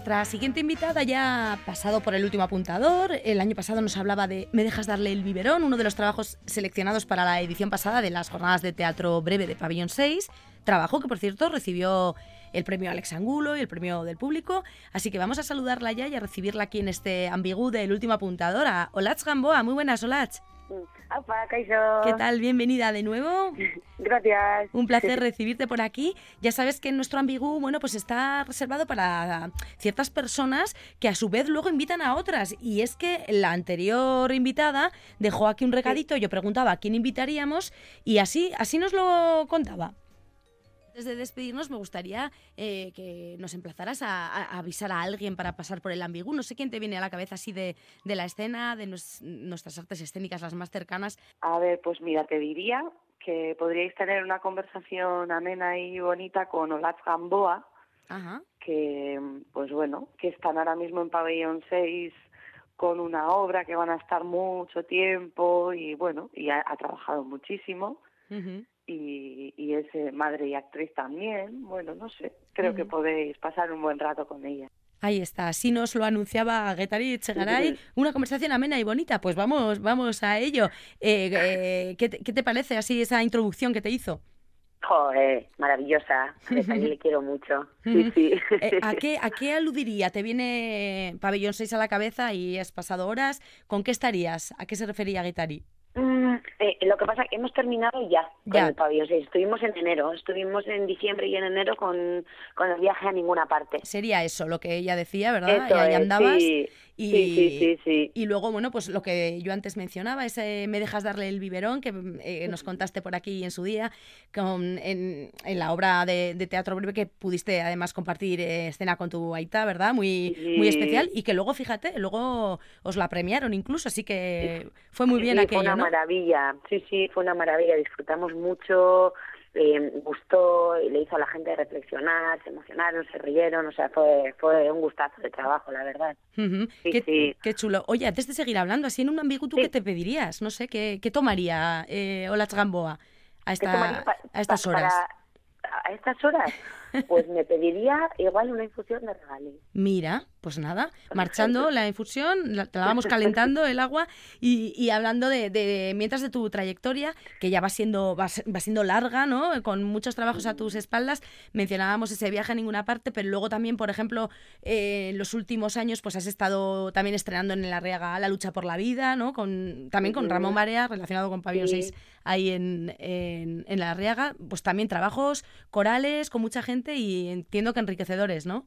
[SPEAKER 1] nuestra siguiente invitada ya ha pasado por El último apuntador. El año pasado nos hablaba de Me dejas darle el biberón, uno de los trabajos seleccionados para la edición pasada de las jornadas de teatro breve de Pabellón seis. Trabajo que, por cierto, recibió el premio Alex Angulo y el premio del público. Así que vamos a saludarla ya y a recibirla aquí en este ambigú del último apuntador, a Olatz Gamboa. Muy buenas, Olatz.
[SPEAKER 12] Aupa, Kaixo.
[SPEAKER 1] ¿Qué tal? Bienvenida de nuevo.
[SPEAKER 12] Gracias.
[SPEAKER 1] Un placer recibirte por aquí. Ya sabes que nuestro ambigú, bueno, pues está reservado para ciertas personas que a su vez luego invitan a otras. Y es que la anterior invitada dejó aquí un recadito, yo preguntaba a quién invitaríamos y así, así nos lo contaba. Antes de despedirnos, me gustaría eh, que nos emplazaras a, a avisar a alguien para pasar por el ambigú. No sé quién te viene a la cabeza así de, de la escena, de nos, nuestras artes escénicas, las más cercanas.
[SPEAKER 12] A ver, pues mira, te diría que podríais tener una conversación amena y bonita con Olatz Gamboa,
[SPEAKER 1] Ajá.
[SPEAKER 12] que, pues bueno, que están ahora mismo en Pabellón seis con una obra que van a estar mucho tiempo y bueno, y ha, ha trabajado muchísimo.
[SPEAKER 1] Uh-huh.
[SPEAKER 12] Y, y es eh, madre y actriz también. Bueno, no sé, creo uh-huh. que podéis pasar un buen rato con ella.
[SPEAKER 1] Ahí está, así nos lo anunciaba Guettari Etxegaray, una conversación amena y bonita. Pues vamos, vamos a ello. Eh, eh, ¿qué, te, ¿Qué te parece así esa introducción que te hizo?
[SPEAKER 12] Joder, maravillosa. A Guettari le quiero mucho. Sí, sí.
[SPEAKER 1] Eh, ¿a, qué, ¿A qué aludiría? ¿Te viene Pabellón seis a la cabeza y has pasado horas? ¿Con qué estarías? ¿A qué se refería Guettari?
[SPEAKER 12] Mm, eh, lo que pasa es que hemos terminado ya con
[SPEAKER 1] ya.
[SPEAKER 12] el Pabellón seis. Estuvimos en enero, estuvimos en diciembre y en enero con, con el viaje a ninguna parte.
[SPEAKER 1] Sería eso lo que ella decía, ¿verdad?
[SPEAKER 12] Eso
[SPEAKER 1] y ahí
[SPEAKER 12] es,
[SPEAKER 1] andabas.
[SPEAKER 12] Sí.
[SPEAKER 1] Y,
[SPEAKER 12] sí, sí, sí, sí.
[SPEAKER 1] y luego, bueno, pues lo que yo antes mencionaba, ese Me dejas darle el biberón, que eh, nos contaste por aquí en su día, con, en, en la obra de, de teatro breve que pudiste además compartir eh, escena con tu aita, ¿verdad? Muy,
[SPEAKER 12] sí.
[SPEAKER 1] muy especial, y que luego, fíjate, luego os la premiaron incluso, así que fue muy bien
[SPEAKER 12] sí,
[SPEAKER 1] aquello,
[SPEAKER 12] fue una
[SPEAKER 1] ¿no?
[SPEAKER 12] maravilla, sí, sí, fue una maravilla, disfrutamos mucho. Eh, gustó, le hizo a la gente reflexionar, se emocionaron, se rieron, o sea, fue fue un gustazo de trabajo, la verdad.
[SPEAKER 1] Uh-huh.
[SPEAKER 12] Sí,
[SPEAKER 1] qué,
[SPEAKER 12] sí.
[SPEAKER 1] qué chulo. Oye, antes de seguir hablando, así en un ambiguo, ¿tú sí. qué te pedirías? No sé, ¿qué, qué tomaría eh, Olatz Gamboa a, esta,
[SPEAKER 12] pa,
[SPEAKER 1] a estas
[SPEAKER 12] pa,
[SPEAKER 1] horas?
[SPEAKER 12] Para, a estas horas, pues me pediría igual una infusión de regalí.
[SPEAKER 1] Mira, pues nada, marchando la infusión, la, te la vamos calentando el agua y, y hablando de, de, mientras de tu trayectoria, que ya va siendo, va, va siendo larga, ¿no? Con muchos trabajos a tus espaldas, mencionábamos ese viaje a ninguna parte, pero luego también, por ejemplo, eh, en los últimos años, pues has estado también estrenando en La Arriaga La lucha por la vida, ¿no? Con, también con Ramón Barea, relacionado con Pabellón
[SPEAKER 12] sí.
[SPEAKER 1] seis, ahí en, en, en La Arriaga, pues también trabajos corales con mucha gente y entiendo que enriquecedores, ¿no?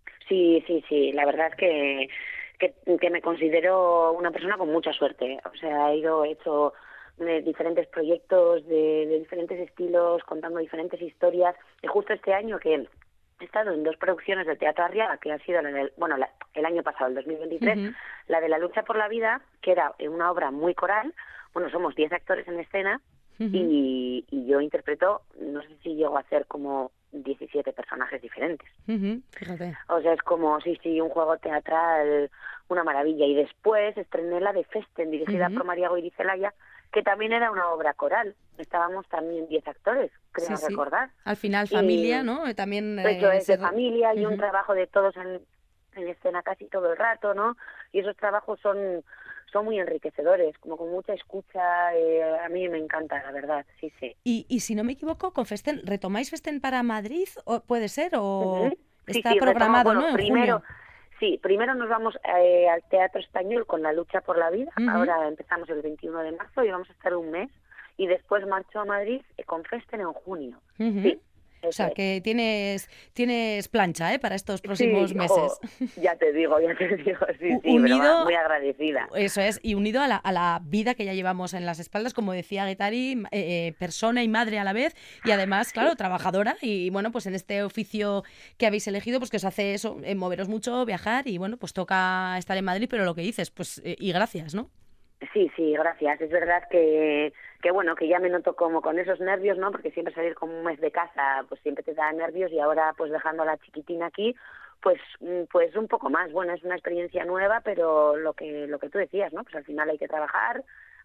[SPEAKER 12] Sí, sí, sí, la verdad es que, que, que me considero una persona con mucha suerte. O sea, he ido, he hecho eh, diferentes proyectos de, de diferentes estilos, contando diferentes historias. Y justo este año que he estado en dos producciones de Teatro Arriaga, que ha sido en el, bueno, la, el año pasado, el dos mil veintitrés, uh-huh. la de La lucha por la vida, que era una obra muy coral. Bueno, somos diez actores en escena uh-huh. y, y yo interpreto, no sé si llego a hacer como diecisiete personajes diferentes.
[SPEAKER 1] Uh-huh, fíjate.
[SPEAKER 12] O sea, es como, sí, sí, un juego teatral, una maravilla. Y después estrené la de Festen, dirigida uh-huh. por María Goirizelaya, que también era una obra coral. Estábamos también diez actores, creo
[SPEAKER 1] sí,
[SPEAKER 12] recordar.
[SPEAKER 1] Sí. Al final, familia, y, ¿no? También
[SPEAKER 12] eso
[SPEAKER 1] eh,
[SPEAKER 12] es, de familia y uh-huh. un trabajo de todos en, en escena casi todo el rato, ¿no? Y esos trabajos son... son muy enriquecedores, como con mucha escucha, eh, a mí me encanta, la verdad, sí, sí.
[SPEAKER 1] Y, y si no me equivoco, con Festen, ¿retomáis Festen para Madrid? ¿O puede ser? ¿O
[SPEAKER 12] uh-huh. sí,
[SPEAKER 1] está
[SPEAKER 12] sí,
[SPEAKER 1] programado,
[SPEAKER 12] bueno,
[SPEAKER 1] ¿no? En
[SPEAKER 12] primero,
[SPEAKER 1] junio.
[SPEAKER 12] Sí, primero nos vamos eh, al Teatro Español con La lucha por la vida,
[SPEAKER 1] uh-huh.
[SPEAKER 12] ahora empezamos el veintiuno de marzo y vamos a estar un mes, y después marcho a Madrid eh, con Festen en junio,
[SPEAKER 1] uh-huh.
[SPEAKER 12] sí.
[SPEAKER 1] O sea, que tienes tienes plancha, ¿eh? Para estos próximos
[SPEAKER 12] sí,
[SPEAKER 1] meses.
[SPEAKER 12] Oh, ya te digo, ya te digo, sí, sí,
[SPEAKER 1] unido,
[SPEAKER 12] pero muy agradecida.
[SPEAKER 1] Eso es, y unido a la, a la vida que ya llevamos en las espaldas, como decía Guettari, eh, persona y madre a la vez, y además, claro, trabajadora, y bueno, pues en este oficio que habéis elegido, pues que os hace eso, eh, moveros mucho, viajar, y bueno, pues toca estar en Madrid, pero lo que dices, pues, eh, y gracias, ¿no?
[SPEAKER 12] Sí, sí, gracias. Es verdad que, que bueno, que ya me noto como con esos nervios, ¿no? Porque siempre salir como un mes de casa, pues siempre te da nervios, y ahora pues dejando a la chiquitina aquí, pues pues un poco más. Bueno, es una experiencia nueva, pero lo que lo que tú decías, ¿no? Pues al final hay que trabajar,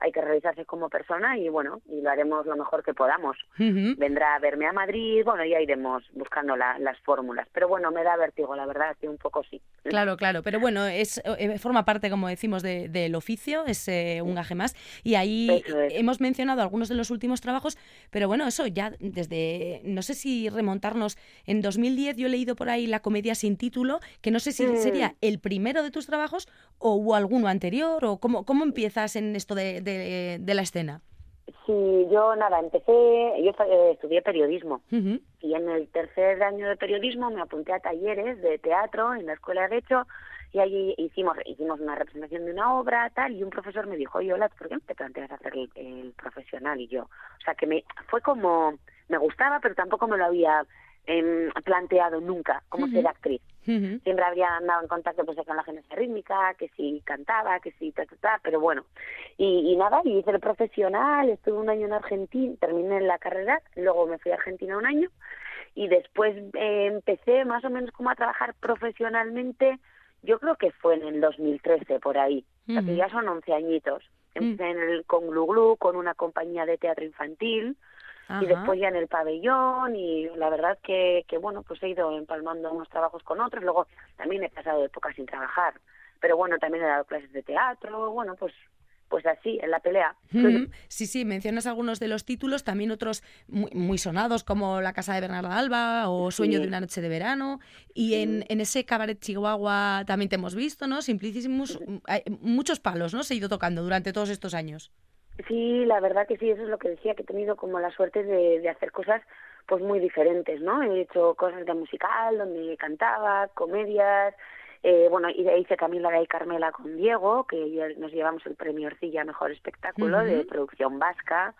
[SPEAKER 12] hay que realizarse como persona y bueno, y lo haremos lo mejor que podamos.
[SPEAKER 1] Uh-huh.
[SPEAKER 12] Vendrá a verme a Madrid, bueno, ya iremos buscando la, las fórmulas, pero bueno, me da vértigo, la verdad, que un poco sí.
[SPEAKER 1] Claro, claro, pero bueno, es eh, forma parte, como decimos, de, del oficio, es eh, un gaje más, y ahí
[SPEAKER 12] es.
[SPEAKER 1] hemos mencionado algunos de los últimos trabajos, pero bueno, eso ya desde, no sé si remontarnos, en dos mil diez yo he leído por ahí La comedia sin título, que no sé si mm. sería el primero de tus trabajos o hubo alguno anterior, o cómo, cómo empiezas en esto de, de, de la escena.
[SPEAKER 12] Sí, yo nada, empecé, yo eh, estudié periodismo
[SPEAKER 1] uh-huh.
[SPEAKER 12] y en el tercer año de periodismo me apunté a talleres de teatro en la Escuela de Derecho y allí hicimos hicimos una representación de una obra, tal, y un profesor me dijo, oye, hola, ¿por qué no te planteas hacer el, el profesional? Y yo, o sea, que me fue como, me gustaba, pero tampoco me lo había eh, planteado nunca, como uh-huh. ser actriz.
[SPEAKER 1] Uh-huh.
[SPEAKER 12] Siempre habría andado en contacto pues con la gimnasia rítmica, que si cantaba, que si ta, ta, ta, pero bueno. Y, y nada, y hice el profesional, estuve un año en Argentina, terminé la carrera, luego me fui a Argentina un año y después eh, empecé más o menos como a trabajar profesionalmente, yo creo que fue en el dos mil trece, por ahí, uh-huh. o sea que ya son once añitos. Empecé uh-huh. en el, con Glu Glu, con una compañía de teatro infantil, Ajá. y después ya en el pabellón, y la verdad que, que bueno, pues he ido empalmando unos trabajos con otros, luego también he pasado épocas sin trabajar, pero bueno, también he dado clases de teatro, bueno, pues pues así, en la pelea.
[SPEAKER 1] Mm-hmm. Sí, sí, mencionas algunos de los títulos, también otros muy, muy sonados, como La casa de Bernarda Alba o Sueño sí. de una noche de verano, y sí. en, en ese Cabaret Chihuahua también te hemos visto, ¿no? Simplísimos, hay muchos palos, ¿no? Se ha ido tocando durante todos estos años.
[SPEAKER 12] Sí, la verdad que sí, eso es lo que decía, que he tenido como la suerte de, de hacer cosas pues muy diferentes, ¿no? He hecho cosas de musical, donde cantaba, comedias, eh, bueno, hice Camila de Carmela con Diego, que nos llevamos el premio Ercilla Mejor Espectáculo uh-huh. de producción vasca.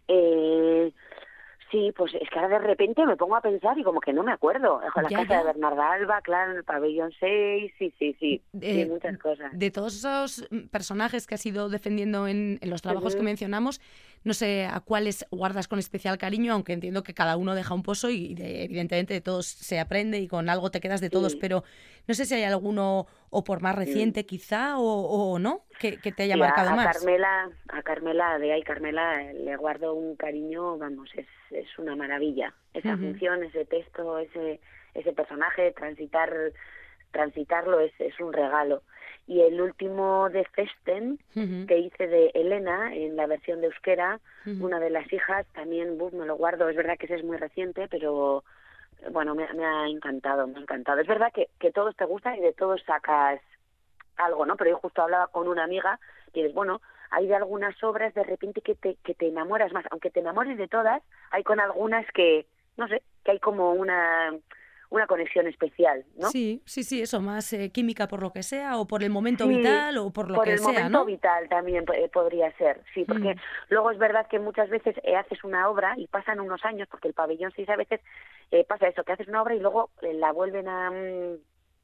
[SPEAKER 12] Eh, sí, pues es que ahora de repente me pongo a pensar y como que no me acuerdo. La ya, casa ya. de Bernarda Alba, claro, en el pabellón seis, sí, sí, sí,
[SPEAKER 1] eh,
[SPEAKER 12] sí, muchas cosas.
[SPEAKER 1] De todos esos personajes que has ido defendiendo en, en los trabajos uh-huh. que mencionamos, no sé a cuáles guardas con especial cariño, aunque entiendo que cada uno deja un pozo y de, evidentemente de todos se aprende y con algo te quedas de todos, sí. pero no sé si hay alguno o por más reciente sí. quizá o, o no, que, que te haya
[SPEAKER 12] sí,
[SPEAKER 1] marcado
[SPEAKER 12] a, a
[SPEAKER 1] más.
[SPEAKER 12] Carmela, a Carmela, de ahí Carmela, le guardo un cariño, vamos, es, es una maravilla. Esa uh-huh. función, ese texto, ese ese personaje, transitar transitarlo es, es un regalo. Y el último de Festen, uh-huh. que hice de Elena, en la versión de euskera, uh-huh. una de las hijas, también buf, me lo guardo. Es verdad que ese es muy reciente, pero bueno, me, me ha encantado, me ha encantado. Es verdad que, que todos te gustan y de todos sacas algo, ¿no? Pero yo justo hablaba con una amiga y dices, bueno, hay de algunas obras de repente que te, que te enamoras más. Aunque te enamores de todas, hay con algunas que, no sé, que hay como una... una conexión especial, ¿no?
[SPEAKER 1] Sí, sí, sí, eso, más eh, química por lo que sea, o por el momento
[SPEAKER 12] sí,
[SPEAKER 1] vital, o por lo
[SPEAKER 12] por
[SPEAKER 1] que
[SPEAKER 12] el
[SPEAKER 1] sea,
[SPEAKER 12] momento
[SPEAKER 1] ¿no?
[SPEAKER 12] vital también eh, podría ser, sí, porque mm. luego es verdad que muchas veces eh, haces una obra y pasan unos años, porque el pabellón seis a veces eh, pasa eso, que haces una obra y luego eh, la vuelven a... Mm,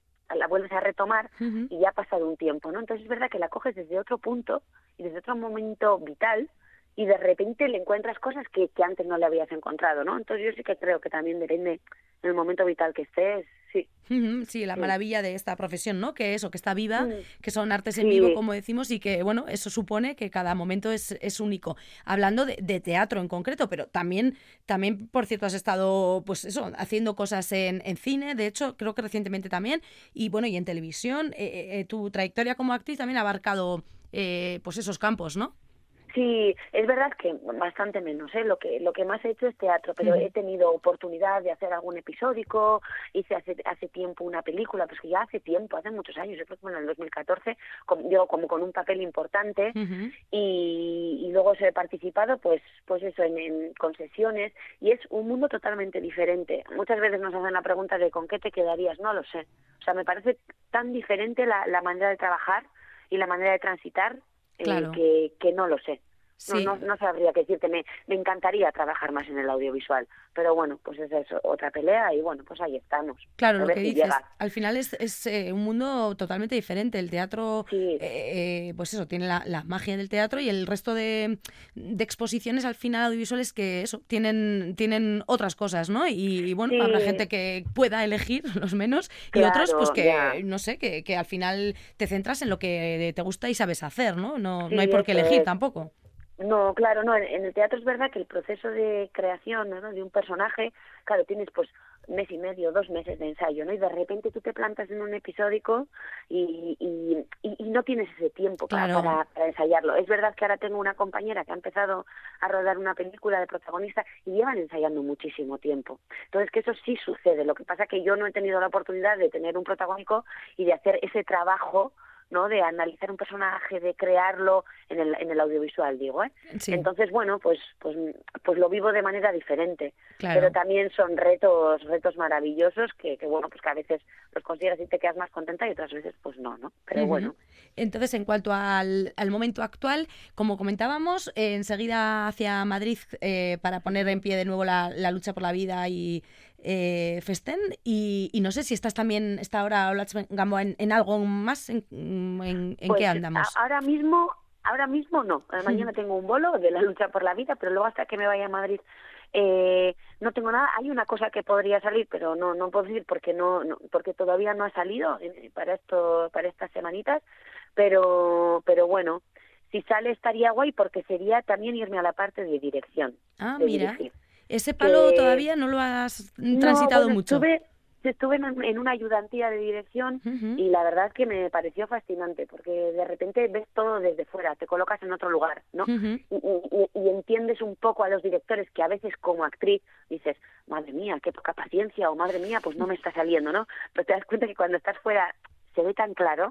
[SPEAKER 12] la vuelves a retomar uh-huh. y ya ha pasado un tiempo, ¿no? Entonces es verdad que la coges desde otro punto y desde otro momento vital y de repente le encuentras cosas que, que antes no le habías encontrado, ¿no? Entonces yo sí que creo que también depende en el momento vital que estés, sí.
[SPEAKER 1] Uh-huh, sí, la sí. maravilla de esta profesión, ¿no? Que eso, que está viva, mm. que son artes
[SPEAKER 12] sí.
[SPEAKER 1] en vivo, como decimos, y que, bueno, eso supone que cada momento es, es único. Hablando de, de teatro en concreto, pero también, también, por cierto, has estado, pues eso, haciendo cosas en, en cine, de hecho, creo que recientemente también, y bueno, y en televisión. Eh, eh, tu trayectoria como actriz también ha abarcado, eh, pues esos campos, ¿no?
[SPEAKER 12] Sí, es verdad que bastante menos, ¿eh? Lo que lo que más he hecho es teatro, pero uh-huh. he tenido oportunidad de hacer algún episódico, hice hace hace tiempo una película, pues que ya hace tiempo, hace muchos años, yo creo que bueno, en el dos mil catorce, como, digo, como con un papel importante, uh-huh. y, y luego he participado, pues pues eso, en, en concesiones, y es un mundo totalmente diferente. Muchas veces nos hacen la pregunta de ¿con qué te quedarías? No lo sé. O sea, me parece tan diferente la, la manera de trabajar y la manera de transitar,
[SPEAKER 1] claro.
[SPEAKER 12] eh, que, que no lo sé.
[SPEAKER 1] Sí.
[SPEAKER 12] No, no, no sabría qué decirte, me, me encantaría trabajar más en el audiovisual, pero bueno, pues esa es otra pelea y bueno, pues ahí estamos.
[SPEAKER 1] Claro, lo que si dices, llega. Al final es, es eh, un mundo totalmente diferente. El teatro,
[SPEAKER 12] sí.
[SPEAKER 1] eh, pues eso, tiene la, la magia del teatro y el resto de, de exposiciones al final audiovisuales que eso, tienen, tienen otras cosas, ¿no? Y, y bueno,
[SPEAKER 12] sí.
[SPEAKER 1] habrá gente que pueda elegir los menos
[SPEAKER 12] claro,
[SPEAKER 1] y otros pues que,
[SPEAKER 12] ya.
[SPEAKER 1] no sé, que, que al final te centras en lo que te gusta y sabes hacer, ¿no? No,
[SPEAKER 12] sí,
[SPEAKER 1] no hay por qué elegir
[SPEAKER 12] es.
[SPEAKER 1] tampoco.
[SPEAKER 12] No, claro, no. En, en el teatro es verdad que el proceso de creación, ¿no?, de un personaje, claro, tienes pues mes y medio, dos meses de ensayo, ¿no? Y de repente tú te plantas en un episódico y, y, y, y no tienes ese tiempo
[SPEAKER 1] Claro.
[SPEAKER 12] para, para ensayarlo. Es verdad que ahora tengo una compañera que ha empezado a rodar una película de protagonista y llevan ensayando muchísimo tiempo. Entonces, que eso sí sucede. Lo que pasa es que yo no he tenido la oportunidad de tener un protagónico y de hacer ese trabajo, ¿no?, de analizar un personaje, de crearlo en el, en el audiovisual, digo, ¿eh?
[SPEAKER 1] Sí.
[SPEAKER 12] Entonces, bueno, pues, pues, pues lo vivo de manera diferente.
[SPEAKER 1] Claro.
[SPEAKER 12] Pero también son retos, retos maravillosos que, que, bueno, pues que a veces los consigues y te quedas más contenta y otras veces, pues no, ¿no? Pero
[SPEAKER 1] Ujú.
[SPEAKER 12] bueno.
[SPEAKER 1] Entonces, en cuanto al, al momento actual, como comentábamos, eh, enseguida hacia Madrid eh, para poner en pie de nuevo la, la lucha por la vida y eh, Festén, y, y no sé si estás también, está ahora Olatz Gamboa en, en algo más, en, en, en
[SPEAKER 12] Pues
[SPEAKER 1] qué andamos.
[SPEAKER 12] a- ahora mismo, ahora mismo no. Eh, Mañana tengo un bolo de la lucha por la vida, pero luego hasta que me vaya a Madrid eh, no tengo nada. Hay una cosa que podría salir, pero no no puedo decir porque no, no porque todavía no ha salido eh, para esto para estas semanitas, pero pero bueno, si sale estaría guay porque sería también irme a la parte de dirección.
[SPEAKER 1] Ah,
[SPEAKER 12] de
[SPEAKER 1] mira,
[SPEAKER 12] dirigir.
[SPEAKER 1] ese palo
[SPEAKER 12] Que-
[SPEAKER 1] todavía no lo has
[SPEAKER 12] No,
[SPEAKER 1] transitado
[SPEAKER 12] bueno,
[SPEAKER 1] mucho.
[SPEAKER 12] Estuve, estuve en, en una ayudantía de dirección
[SPEAKER 1] Ujú.
[SPEAKER 12] y la verdad que me pareció fascinante porque de repente ves todo desde fuera, te colocas en otro lugar, ¿no?
[SPEAKER 1] Ujú.
[SPEAKER 12] y, y- y entiendes un poco a los directores que a veces como actriz dices, madre mía, qué poca paciencia, o madre mía, pues no me está saliendo, ¿no? Pero te das cuenta que cuando estás fuera se ve tan claro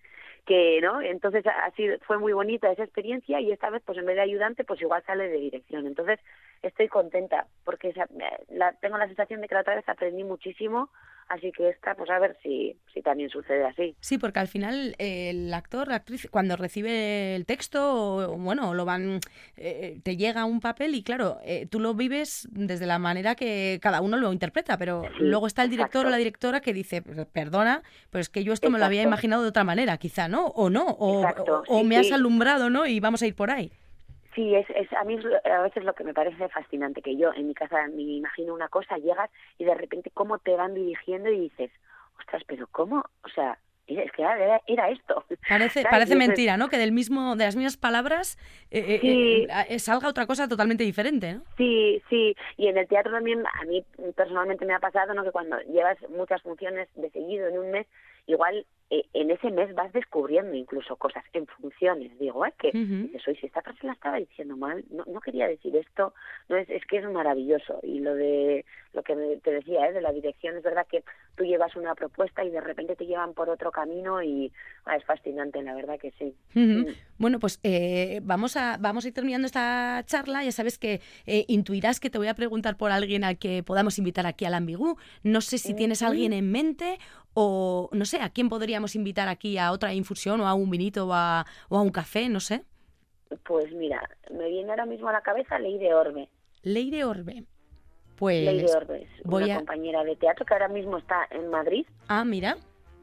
[SPEAKER 12] que, ¿no? Entonces así fue muy bonita esa experiencia y esta vez pues en vez de ayudante pues igual sale de dirección. Entonces estoy contenta porque esa- la, tengo la sensación de que la otra vez aprendí muchísimo, así que esta pues a ver si, si también sucede así.
[SPEAKER 1] Sí, porque al final eh, el actor, la actriz, cuando recibe el texto, o, o, bueno, lo van, eh, te llega un papel y claro, eh, tú lo vives desde la manera que cada uno lo interpreta, pero
[SPEAKER 12] Sí,
[SPEAKER 1] luego está el director
[SPEAKER 12] exacto.
[SPEAKER 1] o la directora que dice, perdona, pero es que yo esto me lo había
[SPEAKER 12] Exacto.
[SPEAKER 1] imaginado de otra manera, quizá, ¿no? O no, o,
[SPEAKER 12] Exacto,
[SPEAKER 1] o- o
[SPEAKER 12] sí,
[SPEAKER 1] me has
[SPEAKER 12] sí.
[SPEAKER 1] alumbrado, ¿no? Y vamos a ir por ahí.
[SPEAKER 12] Sí, es, es a mí es lo- a veces lo que me parece fascinante, que yo en mi casa me imagino una cosa, llegas y de repente cómo te van dirigiendo y dices, ostras, pero ¿cómo? O sea, es que era, era esto.
[SPEAKER 1] Parece,
[SPEAKER 12] ¿Sabes?
[SPEAKER 1] parece
[SPEAKER 12] Y eso es-
[SPEAKER 1] mentira, ¿no? Que del mismo, de las mismas palabras eh, eh,
[SPEAKER 12] Sí.
[SPEAKER 1] eh, eh, salga otra cosa totalmente diferente, ¿no?
[SPEAKER 12] Sí, sí, y en el teatro también a mí personalmente me ha pasado, ¿no?, que cuando llevas muchas funciones de seguido en un mes, igual eh, en ese mes vas descubriendo incluso cosas en funciones, digo, ¿eh? Que
[SPEAKER 1] Ujú.
[SPEAKER 12] dices, oye, si esta frase la estaba diciendo mal, no, no quería decir esto, no es, es que es maravilloso. Y lo de lo que me- te decía, ¿eh?, de la dirección, es verdad que tú llevas una propuesta y de repente te llevan por otro camino y ah, es fascinante, la verdad que sí.
[SPEAKER 1] Ujú. Bueno, pues eh, vamos, a, vamos a ir terminando esta charla. Ya sabes que eh, intuirás que te voy a preguntar por alguien al que podamos invitar aquí al Ambigú. No sé si tienes a alguien en mente o, no sé, a quién podríamos invitar aquí a otra infusión o a un vinito o a, o a un café, no sé.
[SPEAKER 12] Pues mira, me viene ahora mismo a la cabeza Leire Orbe.
[SPEAKER 1] Leire Orbe. Pues
[SPEAKER 12] Leire Orbe es
[SPEAKER 1] voy
[SPEAKER 12] una
[SPEAKER 1] a...
[SPEAKER 12] compañera de teatro que ahora mismo está en Madrid.
[SPEAKER 1] Ah, mira.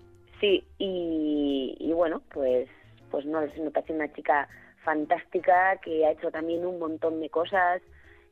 [SPEAKER 12] Sí, y, y bueno, pues pues no, es- me parece una chica fantástica que ha hecho también un montón de cosas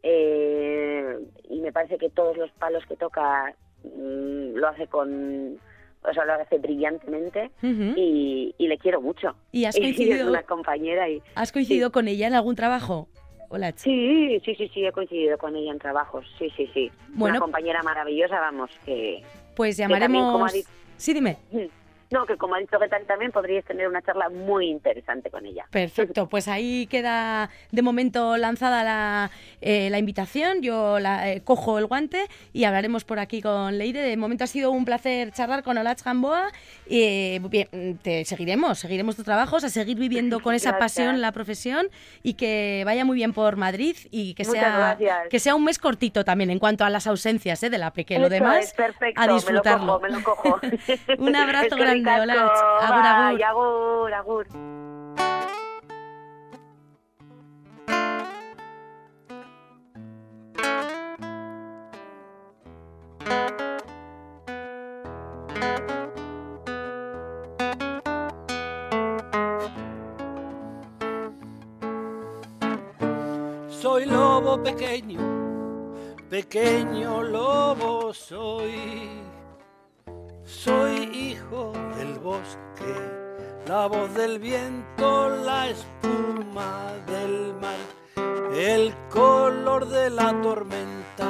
[SPEAKER 12] eh, y me parece que todos los palos que toca mm, lo hace con... O sea, lo hace brillantemente
[SPEAKER 1] Ujú.
[SPEAKER 12] y, y le quiero mucho.
[SPEAKER 1] ¿Y has
[SPEAKER 12] es
[SPEAKER 1] coincidido,
[SPEAKER 12] una compañera y...
[SPEAKER 1] has coincidido con ella en algún trabajo? Hola, Ch-
[SPEAKER 12] Sí, sí, sí, sí, he coincidido con ella en trabajos, sí, sí, sí.
[SPEAKER 1] Bueno.
[SPEAKER 12] Una compañera maravillosa, vamos, que...
[SPEAKER 1] Pues
[SPEAKER 12] que también,
[SPEAKER 1] llamaremos...
[SPEAKER 12] como ha dicho-
[SPEAKER 1] Sí, dime.
[SPEAKER 12] No, que como ha dicho Getari también podríais tener una charla muy interesante con ella.
[SPEAKER 1] Perfecto, pues ahí queda de momento lanzada la, eh, la invitación, yo la, eh, cojo el guante y hablaremos por aquí con Leire. De momento ha sido un placer charlar con Olatz Gamboa y eh, bien, te seguiremos, seguiremos tus trabajos, a seguir viviendo con esa
[SPEAKER 12] Gracias.
[SPEAKER 1] pasión la profesión y que vaya muy bien por Madrid y que
[SPEAKER 12] Muchas
[SPEAKER 1] sea,
[SPEAKER 12] gracias.
[SPEAKER 1] que sea un mes cortito también en cuanto a las ausencias eh, de la peque, lo
[SPEAKER 12] Eso
[SPEAKER 1] demás
[SPEAKER 12] es, perfecto,
[SPEAKER 1] a disfrutarlo.
[SPEAKER 12] me lo cojo, me lo cojo.
[SPEAKER 1] Un abrazo
[SPEAKER 12] Es que
[SPEAKER 1] grande,
[SPEAKER 12] ricasco.
[SPEAKER 1] Olatz. Agur, agur.
[SPEAKER 12] Bai, agur, agur.
[SPEAKER 13] Soy lobo pequeño, pequeño lobo soy. Soy hijo del bosque, la voz del viento, la espuma del mar. el color de la tormenta,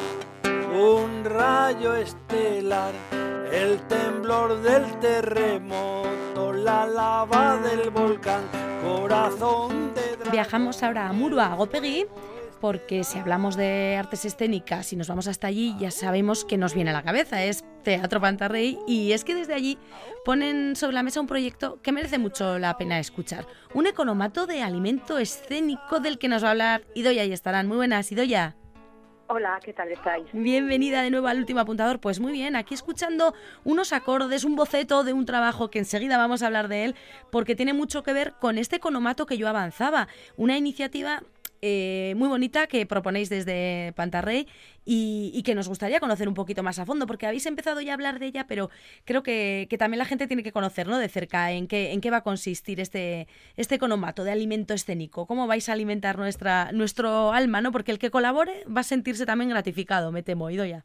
[SPEAKER 13] un rayo estelar, el temblor del terremoto, la lava del volcán, corazón de dragón.
[SPEAKER 1] Viajamos ahora a Murua, a Gopegui, porque si hablamos de artes escénicas y nos vamos hasta allí, ya sabemos que nos viene a la cabeza, es Teatro Pantarrey, y es que desde allí ponen sobre la mesa un proyecto que merece mucho la pena escuchar, un economato de alimento escénico del que nos va a hablar Idoia Ayestarán. Muy buenas, Idoia.
[SPEAKER 14] Hola, ¿qué tal estáis?
[SPEAKER 1] Bienvenida de nuevo al Último Apuntador. Pues muy bien, aquí escuchando unos acordes, un boceto de un trabajo que enseguida vamos a hablar de él, porque tiene mucho que ver con este economato que yo avanzaba, una iniciativa Eh, muy bonita que proponéis desde Pantarrey y, y que nos gustaría conocer un poquito más a fondo, porque habéis empezado ya a hablar de ella, pero creo que, que también la gente tiene que conocer, ¿no?, de cerca en qué, en qué va a consistir este, este economato de alimento escénico, cómo vais a alimentar nuestra, nuestro alma, ¿no? Porque el que colabore va a sentirse también gratificado, me temo, Idoia.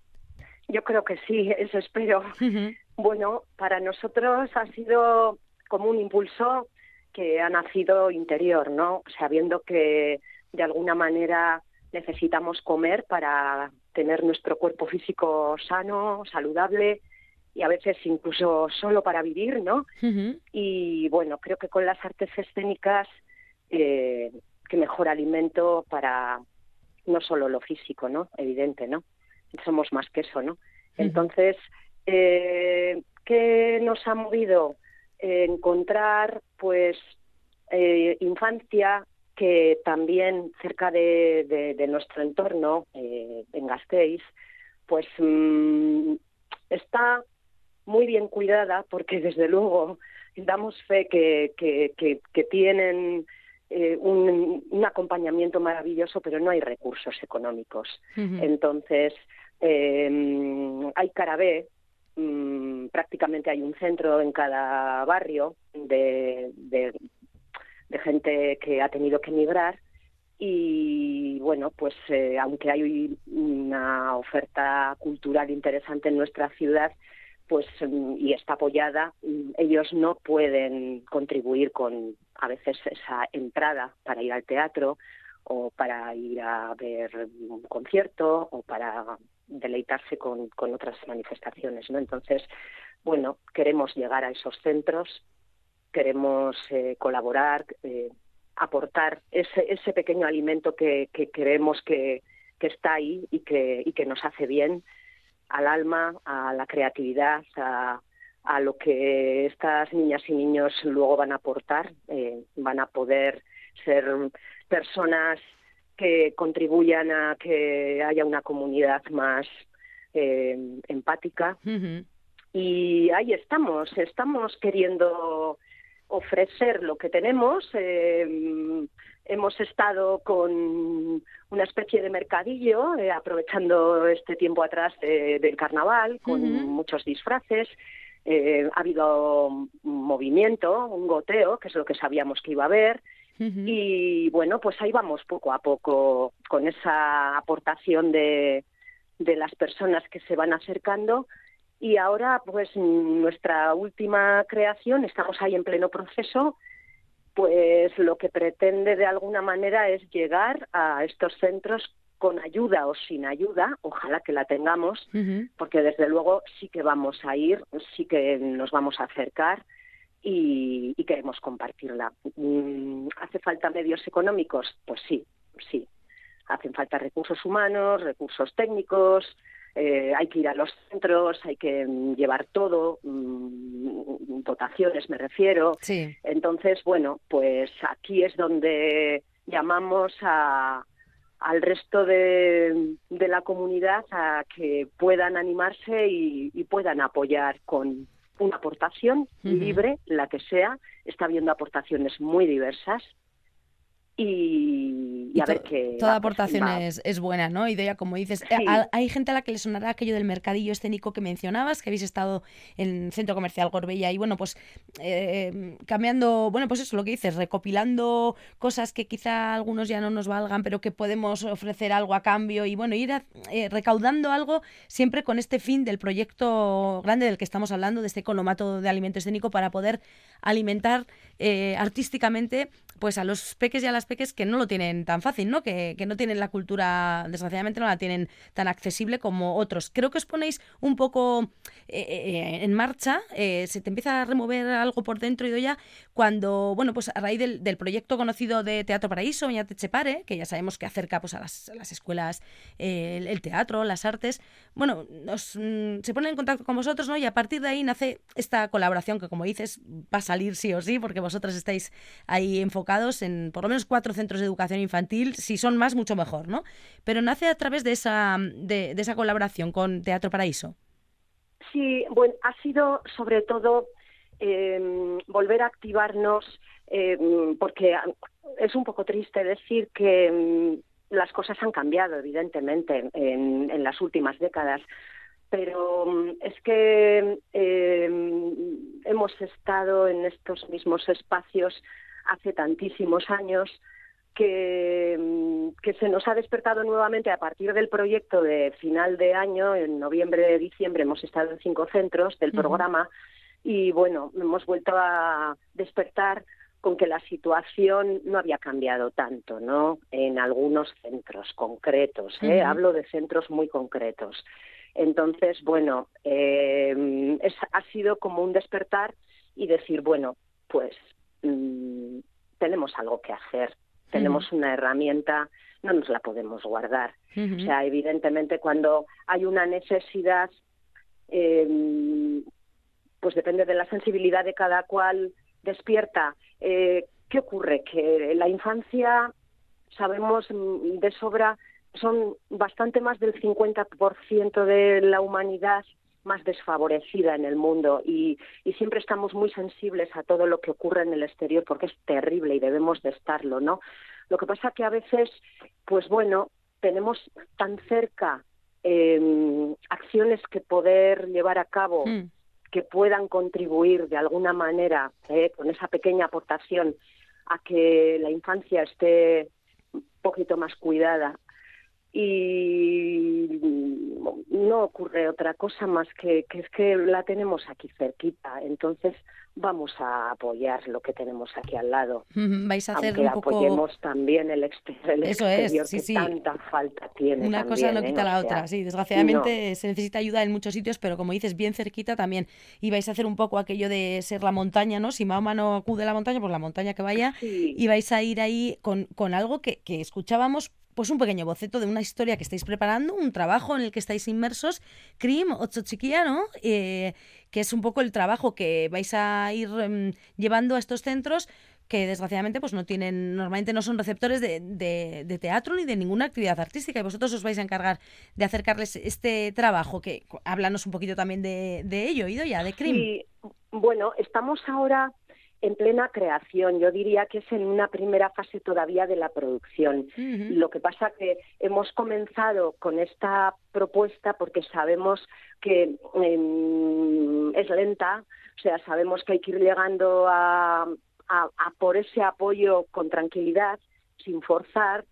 [SPEAKER 14] Yo creo que sí, eso espero. Uh-huh. Bueno, para nosotros ha sido como un impulso que ha nacido interior, ¿no? Sabiendo que de alguna manera necesitamos comer para tener nuestro cuerpo físico sano, saludable y a veces incluso solo para vivir, ¿no? Uh-huh. Y bueno, creo que con las artes escénicas, eh, qué mejor alimento para no solo lo físico, ¿no? Evidente, ¿no? Somos más que eso, ¿no? Uh-huh. Entonces, eh, ¿qué nos ha movido? Encontrar pues eh, infancia que también cerca de, de, de nuestro entorno, eh, en Gasteiz, pues mmm, está muy bien cuidada, porque desde luego damos fe que, que, que, que tienen eh, un, un acompañamiento maravilloso, pero no hay recursos económicos. Uh-huh. Entonces, eh, hay Carabé. Mm, prácticamente hay un centro en cada barrio de, de, de gente que ha tenido que emigrar y bueno, pues eh, aunque hay una oferta cultural interesante en nuestra ciudad, pues y está apoyada, ellos no pueden contribuir con a veces esa entrada para ir al teatro o para ir a ver un concierto o para deleitarse con, con otras manifestaciones, ¿no? Entonces, bueno, queremos llegar a esos centros, queremos eh, colaborar, eh, aportar ese, ese pequeño alimento que, que creemos que, que está ahí y que, y que nos hace bien al alma, a la creatividad, a, a lo que estas niñas y niños luego van a aportar, eh, van a poder ser personas que contribuyan a que haya una comunidad más eh, empática. Uh-huh. Y ahí estamos, estamos queriendo ofrecer lo que tenemos. Eh, hemos estado con una especie de mercadillo, eh, aprovechando este tiempo atrás de, del carnaval, con uh-huh. muchos disfraces. Eh, ha habido un movimiento, un goteo, que es lo que sabíamos que iba a haber. Uh-huh. Y bueno, pues ahí vamos poco a poco con esa aportación de, de las personas que se van acercando. Y ahora, pues nuestra última creación, estamos ahí en pleno proceso, pues lo que pretende de alguna manera es llegar a estos centros con ayuda o sin ayuda, ojalá que la tengamos, uh-huh. porque desde luego sí que vamos a ir, sí que nos vamos a acercar. Y, y queremos compartirla. ¿Hace falta medios económicos? Pues sí, sí. Hacen falta recursos humanos, recursos técnicos, eh, hay que ir a los centros, hay que llevar todo, mmm, dotaciones me refiero.
[SPEAKER 1] Sí.
[SPEAKER 14] Entonces, bueno, pues aquí es donde llamamos a, al resto de, de la comunidad a que puedan animarse y, y puedan apoyar con una aportación uh-huh. libre, la que sea. Está habiendo aportaciones muy diversas y, y, y a to- ver qué...
[SPEAKER 1] Toda aportación es, es buena, ¿no? Y Idoia, como dices, sí. a, hay gente a la que le sonará aquello del mercadillo escénico que mencionabas, que habéis estado en el Centro Comercial Gorbella y bueno, pues eh, cambiando, bueno, pues eso, lo que dices, recopilando cosas que quizá a algunos ya no nos valgan, pero que podemos ofrecer algo a cambio y bueno, ir a, eh, recaudando algo siempre con este fin del proyecto grande del que estamos hablando, de este economato de alimento escénico, para poder alimentar eh, artísticamente pues a los peques y a las las peques que no lo tienen tan fácil, ¿no? Que, que no tienen la cultura, desgraciadamente no la tienen tan accesible como otros. Creo que os ponéis un poco eh, eh, en marcha, eh, se te empieza a remover algo por dentro, Idoia, cuando, bueno, pues a raíz del, del proyecto conocido de Teatro Paraíso, Oñate Chepare, que ya sabemos que acerca pues a las, a las escuelas eh, el, el teatro, las artes, bueno, nos, mm, se ponen en contacto con vosotros, ¿no? Y a partir de ahí nace esta colaboración que, como dices, va a salir sí o sí, porque vosotros estáis ahí enfocados en por lo menos cuatro centros de educación infantil, si son más, mucho mejor, ¿no? Pero nace a través de esa, de, de esa colaboración con Teatro Paraíso.
[SPEAKER 14] Sí, bueno, ha sido sobre todo eh, volver a activarnos, eh, porque es un poco triste decir que eh, las cosas han cambiado, evidentemente, en, en las últimas décadas. Pero es que eh, hemos estado en estos mismos espacios hace tantísimos años que, que se nos ha despertado nuevamente a partir del proyecto de final de año, en noviembre, diciembre, hemos estado en cinco centros del programa y, bueno, hemos vuelto a despertar con que la situación no había cambiado tanto, ¿no? En algunos centros concretos, ¿eh? Uh-huh. Hablo de centros muy concretos. Entonces, bueno, eh, es, ha sido como un despertar y decir, bueno, pues mmm, tenemos algo que hacer, tenemos uh-huh. una herramienta, no nos la podemos guardar. Uh-huh. O sea, evidentemente cuando hay una necesidad, eh, pues depende de la sensibilidad de cada cual, despierta. Eh, ¿Qué ocurre? Que la infancia, sabemos de sobra, son bastante más del cincuenta por ciento de la humanidad más desfavorecida en el mundo y, y siempre estamos muy sensibles a todo lo que ocurre en el exterior porque es terrible y debemos de estarlo, ¿no? Lo que pasa que a veces, pues bueno, tenemos tan cerca eh, acciones que poder llevar a cabo mm. que puedan contribuir de alguna manera eh, con esa pequeña aportación a que la infancia esté un poquito más cuidada. Y no ocurre otra cosa más que, que es que la tenemos aquí cerquita, entonces vamos a apoyar lo que tenemos aquí al lado.
[SPEAKER 1] Vais a hacer
[SPEAKER 14] aunque
[SPEAKER 1] un poco...
[SPEAKER 14] apoyemos también el, exter el
[SPEAKER 1] Eso
[SPEAKER 14] exterior
[SPEAKER 1] es, sí,
[SPEAKER 14] que
[SPEAKER 1] sí.
[SPEAKER 14] tanta falta tiene.
[SPEAKER 1] Una
[SPEAKER 14] también,
[SPEAKER 1] cosa no quita
[SPEAKER 14] ¿eh?
[SPEAKER 1] la
[SPEAKER 14] o sea,
[SPEAKER 1] otra, sí, desgraciadamente
[SPEAKER 14] no.
[SPEAKER 1] se necesita ayuda en muchos sitios, pero como dices, bien cerquita también. Y vais a hacer un poco aquello de ser la montaña, ¿no? Si Mahoma no acude a la montaña, pues la montaña que vaya,
[SPEAKER 14] sí.
[SPEAKER 1] y vais a ir ahí con, con algo que, que escuchábamos, pues un pequeño boceto de una historia que estáis preparando, un trabajo en el que estáis inmersos, Crim, Ocho Chiquilla, ¿no? Eh, que es un poco el trabajo que vais a ir um, llevando a estos centros que desgraciadamente pues no tienen, normalmente no son receptores de, de, de teatro ni de ninguna actividad artística, y vosotros os vais a encargar de acercarles este trabajo, que háblanos un poquito también de, de ello, Idoia, de Crim.
[SPEAKER 14] Sí, bueno, estamos ahora en plena creación, yo diría que es en una primera fase todavía de la producción. Uh-huh. Lo que pasa que hemos comenzado con esta propuesta porque sabemos que eh, es lenta, o sea, sabemos que hay que ir llegando a, a, a por ese apoyo con tranquilidad, sin forzar,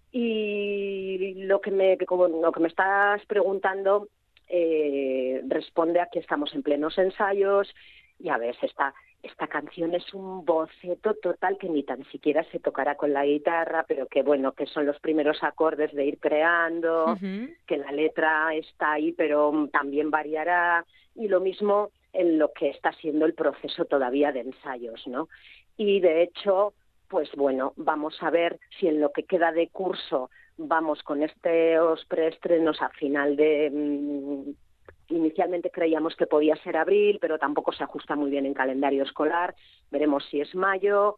[SPEAKER 14] y lo que me, como, lo que me estás preguntando eh, responde a que estamos en plenos ensayos. Ya ves, esta, esta canción es un boceto total que ni tan siquiera se tocará con la guitarra, pero que bueno, que son los primeros acordes de ir creando, uh-huh. que la letra está ahí, pero también variará, y lo mismo en lo que está siendo el proceso todavía de ensayos, ¿no? Y de hecho, pues bueno, vamos a ver si en lo que queda de curso vamos con estos preestrenos a final de... Mmm, inicialmente creíamos que podía ser abril, pero tampoco se ajusta muy bien en calendario escolar. Veremos si es mayo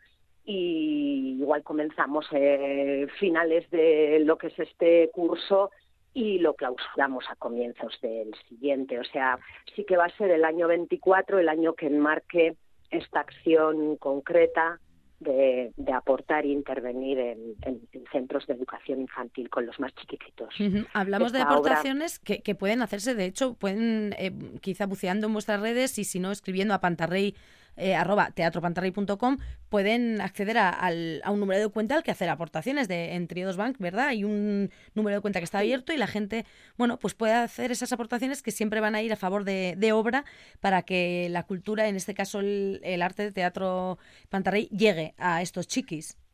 [SPEAKER 14] y igual comenzamos eh, finales de lo que es este curso y lo clausuramos a comienzos del siguiente. O sea, sí que va a ser el año veinticuatro, el año que enmarque esta acción concreta De, de aportar e intervenir en, en, en centros de educación infantil con los más chiquititos.
[SPEAKER 1] Uh-huh. Hablamos Esta de aportaciones obra... que, que pueden hacerse, de hecho, pueden eh, quizá buceando en vuestras redes y si no escribiendo a pantarrey, eh, arroba teatropantarrey punto com, pueden acceder a, al, a un número de cuenta al que hacer aportaciones de, en Triodos Bank, ¿verdad? Hay un número de cuenta que está abierto y la gente, bueno, pues puede hacer esas aportaciones que siempre van a ir a favor de, de obra para que la cultura, en este caso el, el arte de Teatro Pantarrey, llegue a estos chiquis.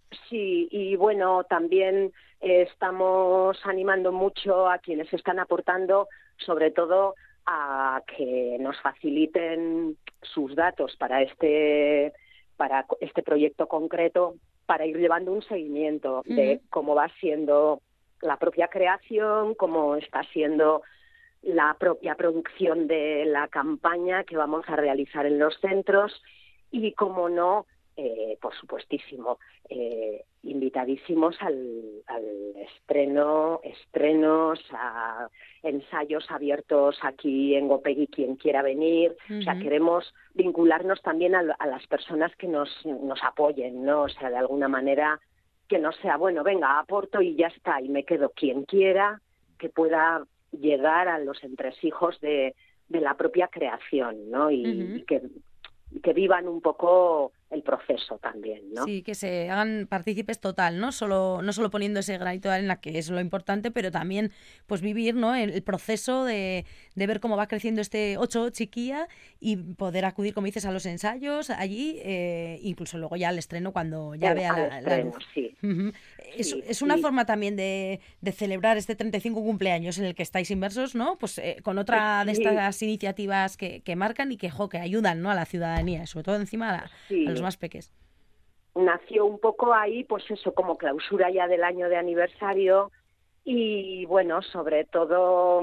[SPEAKER 14] Sí, y bueno, también eh, estamos animando mucho a quienes están aportando, sobre todo a que nos faciliten sus datos para este para este proyecto concreto, para ir llevando un seguimiento uh-huh. de cómo va siendo la propia creación, cómo está siendo la propia producción de la campaña que vamos a realizar en los centros y, cómo no, eh, por supuestísimo, eh, invitadísimos al, al estreno, estrenos, a ensayos abiertos aquí en Gopegui, quien quiera venir. Uh-huh. O sea, queremos vincularnos también a, a las personas que nos, nos apoyen, ¿no? O sea, de alguna manera que no sea, bueno, venga, aporto y ya está, y me quedo. Quien quiera que pueda llegar a los entresijos de, de la propia creación, ¿no? Y, uh-huh. y que, que vivan un poco el proceso también, ¿no?
[SPEAKER 1] Sí, que se hagan partícipes total, ¿no? Solo, no solo poniendo ese granito de arena, que es lo importante, pero también pues vivir, ¿no? el, el proceso de, de ver cómo va creciendo este ocho chiquilla y poder acudir, como dices, a los ensayos allí, eh, incluso luego ya al estreno cuando ya
[SPEAKER 14] el,
[SPEAKER 1] vea la,
[SPEAKER 14] estreno,
[SPEAKER 1] la luz.
[SPEAKER 14] Sí.
[SPEAKER 1] Uh-huh. Es,
[SPEAKER 14] sí,
[SPEAKER 1] es una
[SPEAKER 14] sí.
[SPEAKER 1] forma también de, de celebrar este treinta y cinco cumpleaños en el que estáis inmersos, ¿no? Pues eh, con otra
[SPEAKER 14] sí.
[SPEAKER 1] de estas iniciativas que, que marcan y que, jo, que ayudan, ¿no? A la ciudadanía, sobre todo encima a, la,
[SPEAKER 14] sí.
[SPEAKER 1] a los más pequeños.
[SPEAKER 14] Nació un poco ahí, pues eso, como clausura ya del año de aniversario y, bueno, sobre todo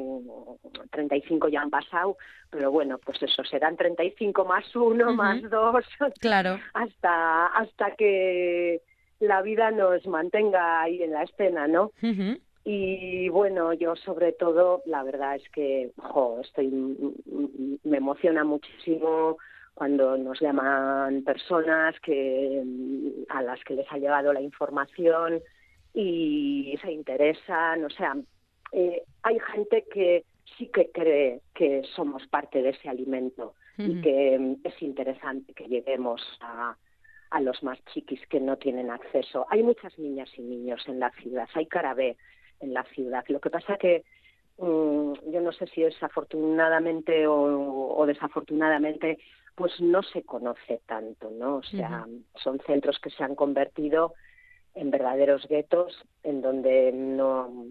[SPEAKER 14] treinta y cinco ya han pasado, pero bueno, pues eso, serán treinta y cinco más uno, uh-huh. más dos,
[SPEAKER 1] claro.
[SPEAKER 14] hasta, hasta que la vida nos mantenga ahí en la escena, ¿no?
[SPEAKER 1] Uh-huh.
[SPEAKER 14] Y bueno, yo sobre todo, la verdad es que, jo, estoy, me emociona muchísimo cuando nos llaman personas que a las que les ha llegado la información y se interesan, o sea, eh, hay gente que sí que cree que somos parte de ese alimento uh-huh. y que es interesante que lleguemos a, a los más chiquis que no tienen acceso. Hay muchas niñas y niños en la ciudad, hay cara B en la ciudad. Lo que pasa que um, yo no sé si es afortunadamente o, o desafortunadamente, pues no se conoce tanto, ¿no? O sea, uh-huh. son centros que se han convertido en verdaderos guetos, en donde no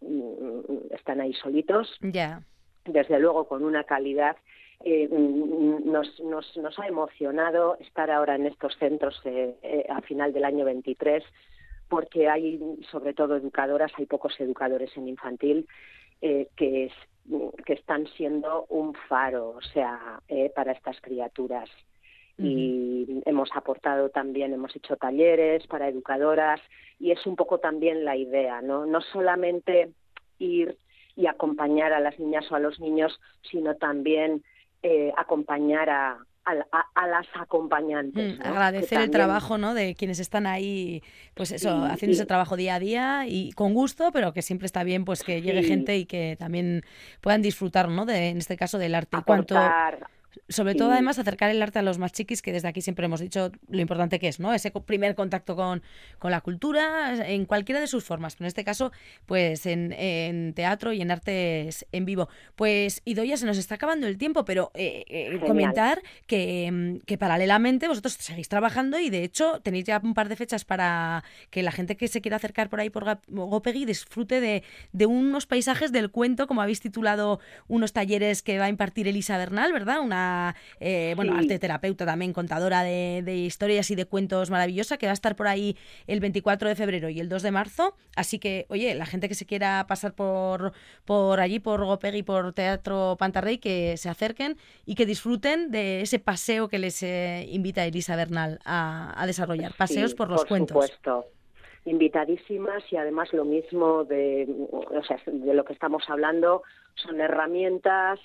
[SPEAKER 14] están ahí solitos.
[SPEAKER 1] Ya. Yeah.
[SPEAKER 14] Desde luego con una calidad. Eh, nos, nos, nos ha emocionado estar ahora en estos centros eh, eh, a final del año veintitrés, porque hay, sobre todo educadoras, hay pocos educadores en infantil, eh, que es que están siendo un faro, o sea, eh, para estas criaturas. Uh-huh. Y hemos aportado también, hemos hecho talleres para educadoras y es un poco también la idea, ¿no? No solamente ir y acompañar a las niñas o a los niños, sino también eh, acompañar a, a, a, a las acompañantes, ¿no?
[SPEAKER 1] Agradecer también el trabajo, ¿no? De quienes están ahí, pues eso, sí, haciendo sí. ese trabajo día a día y con gusto, pero que siempre está bien pues que llegue sí. gente y que también puedan disfrutar, ¿no? De, en este caso del arte.
[SPEAKER 14] Aportar.
[SPEAKER 1] Cuanto, sobre sí. todo, además, acercar el arte a los más chiquis, que desde aquí siempre hemos dicho lo importante que es, ¿no? Ese primer contacto con, con la cultura, en cualquiera de sus formas, pero en este caso, pues en, en teatro y en artes en vivo. Pues, Idoia, se nos está acabando el tiempo, pero eh, eh, comentar que, que paralelamente vosotros seguís trabajando y, de hecho, tenéis ya un par de fechas para que la gente que se quiera acercar por ahí por Gopegui disfrute de, de unos paisajes del cuento, como habéis titulado unos talleres que va a impartir Elisa Bernal, ¿verdad? Una Eh, bueno, sí. arte terapeuta también, contadora de, de historias y de cuentos maravillosa, que va a estar por ahí el veinticuatro de febrero y el dos de marzo, así que, oye, la gente que se quiera pasar por, por allí, por Gopegui, por Teatro Pantarrey, que se acerquen y que disfruten de ese paseo que les eh, invita Elisa Bernal a, a desarrollar, paseos
[SPEAKER 14] sí,
[SPEAKER 1] por los
[SPEAKER 14] por
[SPEAKER 1] cuentos.
[SPEAKER 14] Supuesto. Invitadísimas y además lo mismo de, o sea, de lo que estamos hablando, son herramientas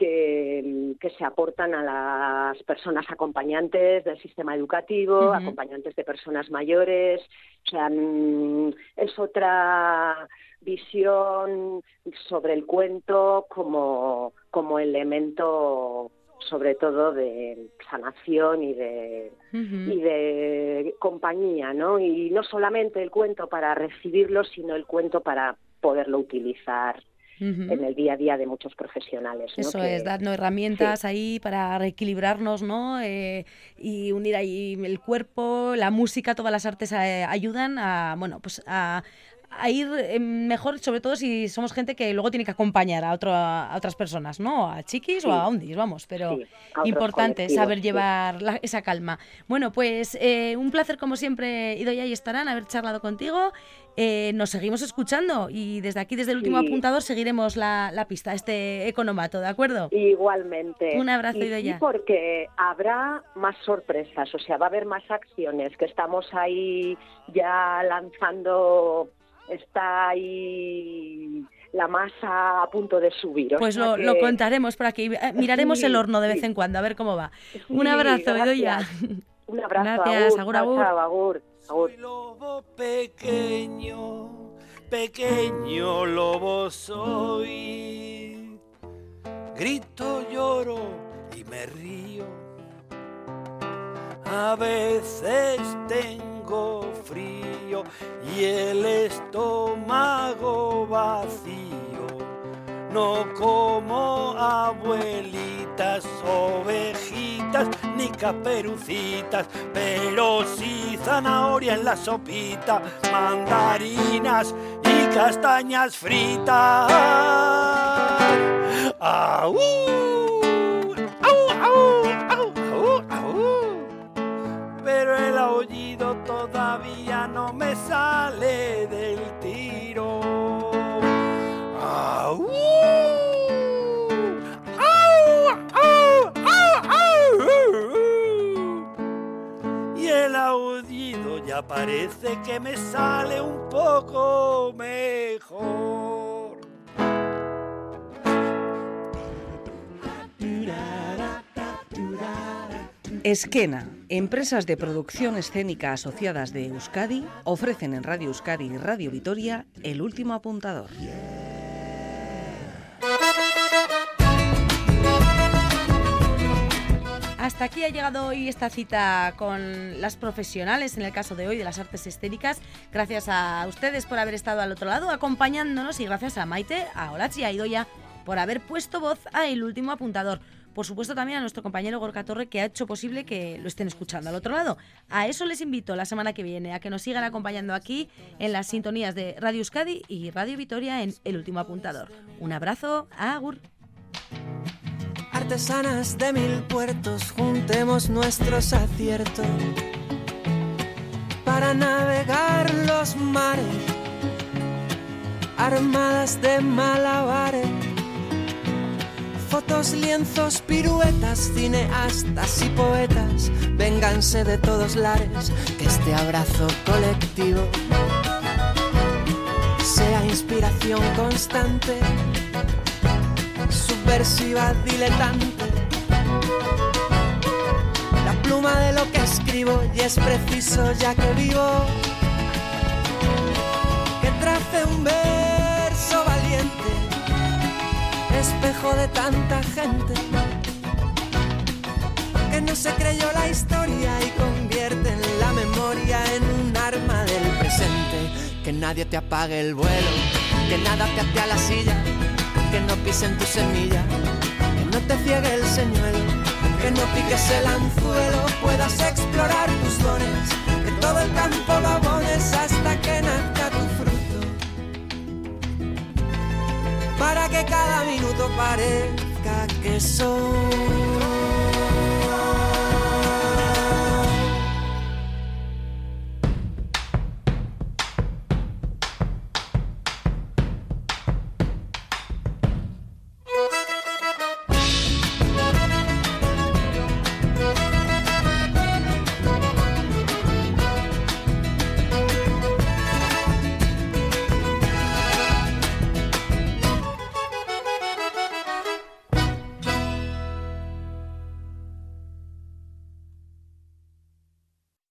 [SPEAKER 14] Que, que se aportan a las personas acompañantes del sistema educativo, uh-huh. acompañantes de personas mayores, o sea, es otra visión sobre el cuento como, como elemento sobre todo de sanación y de uh-huh. y de compañía, ¿no? Y no solamente el cuento para recibirlo, sino el cuento para poderlo utilizar uh-huh. en el día a día de muchos profesionales, ¿no?
[SPEAKER 1] Eso
[SPEAKER 14] que,
[SPEAKER 1] es, darnos herramientas
[SPEAKER 14] sí.
[SPEAKER 1] ahí para reequilibrarnos, ¿no? Eh, y unir ahí el cuerpo, la música, todas las artes eh, ayudan a, bueno, pues a... a ir mejor, sobre todo si somos gente que luego tiene que acompañar a, otro, a otras personas, ¿no? A chiquis sí. o a undis, vamos, pero sí, importante saber llevar sí. la, esa calma. Bueno, pues eh, un placer como siempre, Idoia y Estarán, haber charlado contigo. Eh, nos seguimos escuchando y desde aquí, desde el último sí. apuntador, seguiremos la, la pista, este economato, ¿de acuerdo?
[SPEAKER 14] Igualmente.
[SPEAKER 1] Un abrazo,
[SPEAKER 14] y
[SPEAKER 1] Idoia.
[SPEAKER 14] Sí, porque habrá más sorpresas, o sea, va a haber más acciones, que estamos ahí ya lanzando... Está ahí la masa a punto de subir.
[SPEAKER 1] Pues lo, que... lo contaremos por aquí. Miraremos sí, el horno de vez sí. en cuando, a ver cómo va. Sí, un abrazo, Idoia.
[SPEAKER 14] Un abrazo.
[SPEAKER 1] Gracias,
[SPEAKER 14] agur,
[SPEAKER 1] agur, agur.
[SPEAKER 14] agur, agur.
[SPEAKER 13] Soy lobo pequeño, pequeño lobo soy. Grito, lloro y me río. A veces tengo frío y el estómago vacío. No como abuelitas, ovejitas ni caperucitas, pero sí zanahoria en la sopita, mandarinas y castañas fritas. ¡Au! ¡Au, au, au, au, au! Pero el aullido todavía no me sale del tiro. ¡Au! ¡Au! ¡Au! ¡Au! Y el aullido ya parece que me sale un poco mejor.
[SPEAKER 15] Esquena, empresas de producción escénica asociadas de Euskadi, ofrecen en Radio Euskadi y Radio Vitoria El Último Apuntador.
[SPEAKER 1] Hasta aquí ha llegado hoy esta cita con las profesionales, en el caso de hoy, de las artes escénicas. Gracias a ustedes por haber estado al otro lado acompañándonos y gracias a Maite, a Olatzi y a Idoia por haber puesto voz a El Último Apuntador. Por supuesto también a nuestro compañero Gorka Torre, que ha hecho posible que lo estén escuchando al otro lado. A eso les invito la semana que viene, a que nos sigan acompañando aquí en las sintonías de Radio Euskadi y Radio Vitoria en El Último Apuntador. Un abrazo, agur.
[SPEAKER 16] Artesanas de mil puertos, juntemos nuestros aciertos para navegar los mares, armadas de malabares. Fotos, lienzos, piruetas, cineastas y poetas, vénganse de todos lares, que este abrazo colectivo sea inspiración constante, subversiva, diletante. La pluma de lo que escribo y es preciso ya que vivo, que trace un verso valiente, espejo de tanta gente que no se creyó la historia y convierte en la memoria en un arma del presente. Que nadie te apague el vuelo, que nada te ate a la silla, que no pisen tu semilla, que no te ciegue el señuelo, que no piques el anzuelo, puedas explorar tus dones, que todo el campo lo abones hasta que nazca tu fruto, para que cada minuto parezca que son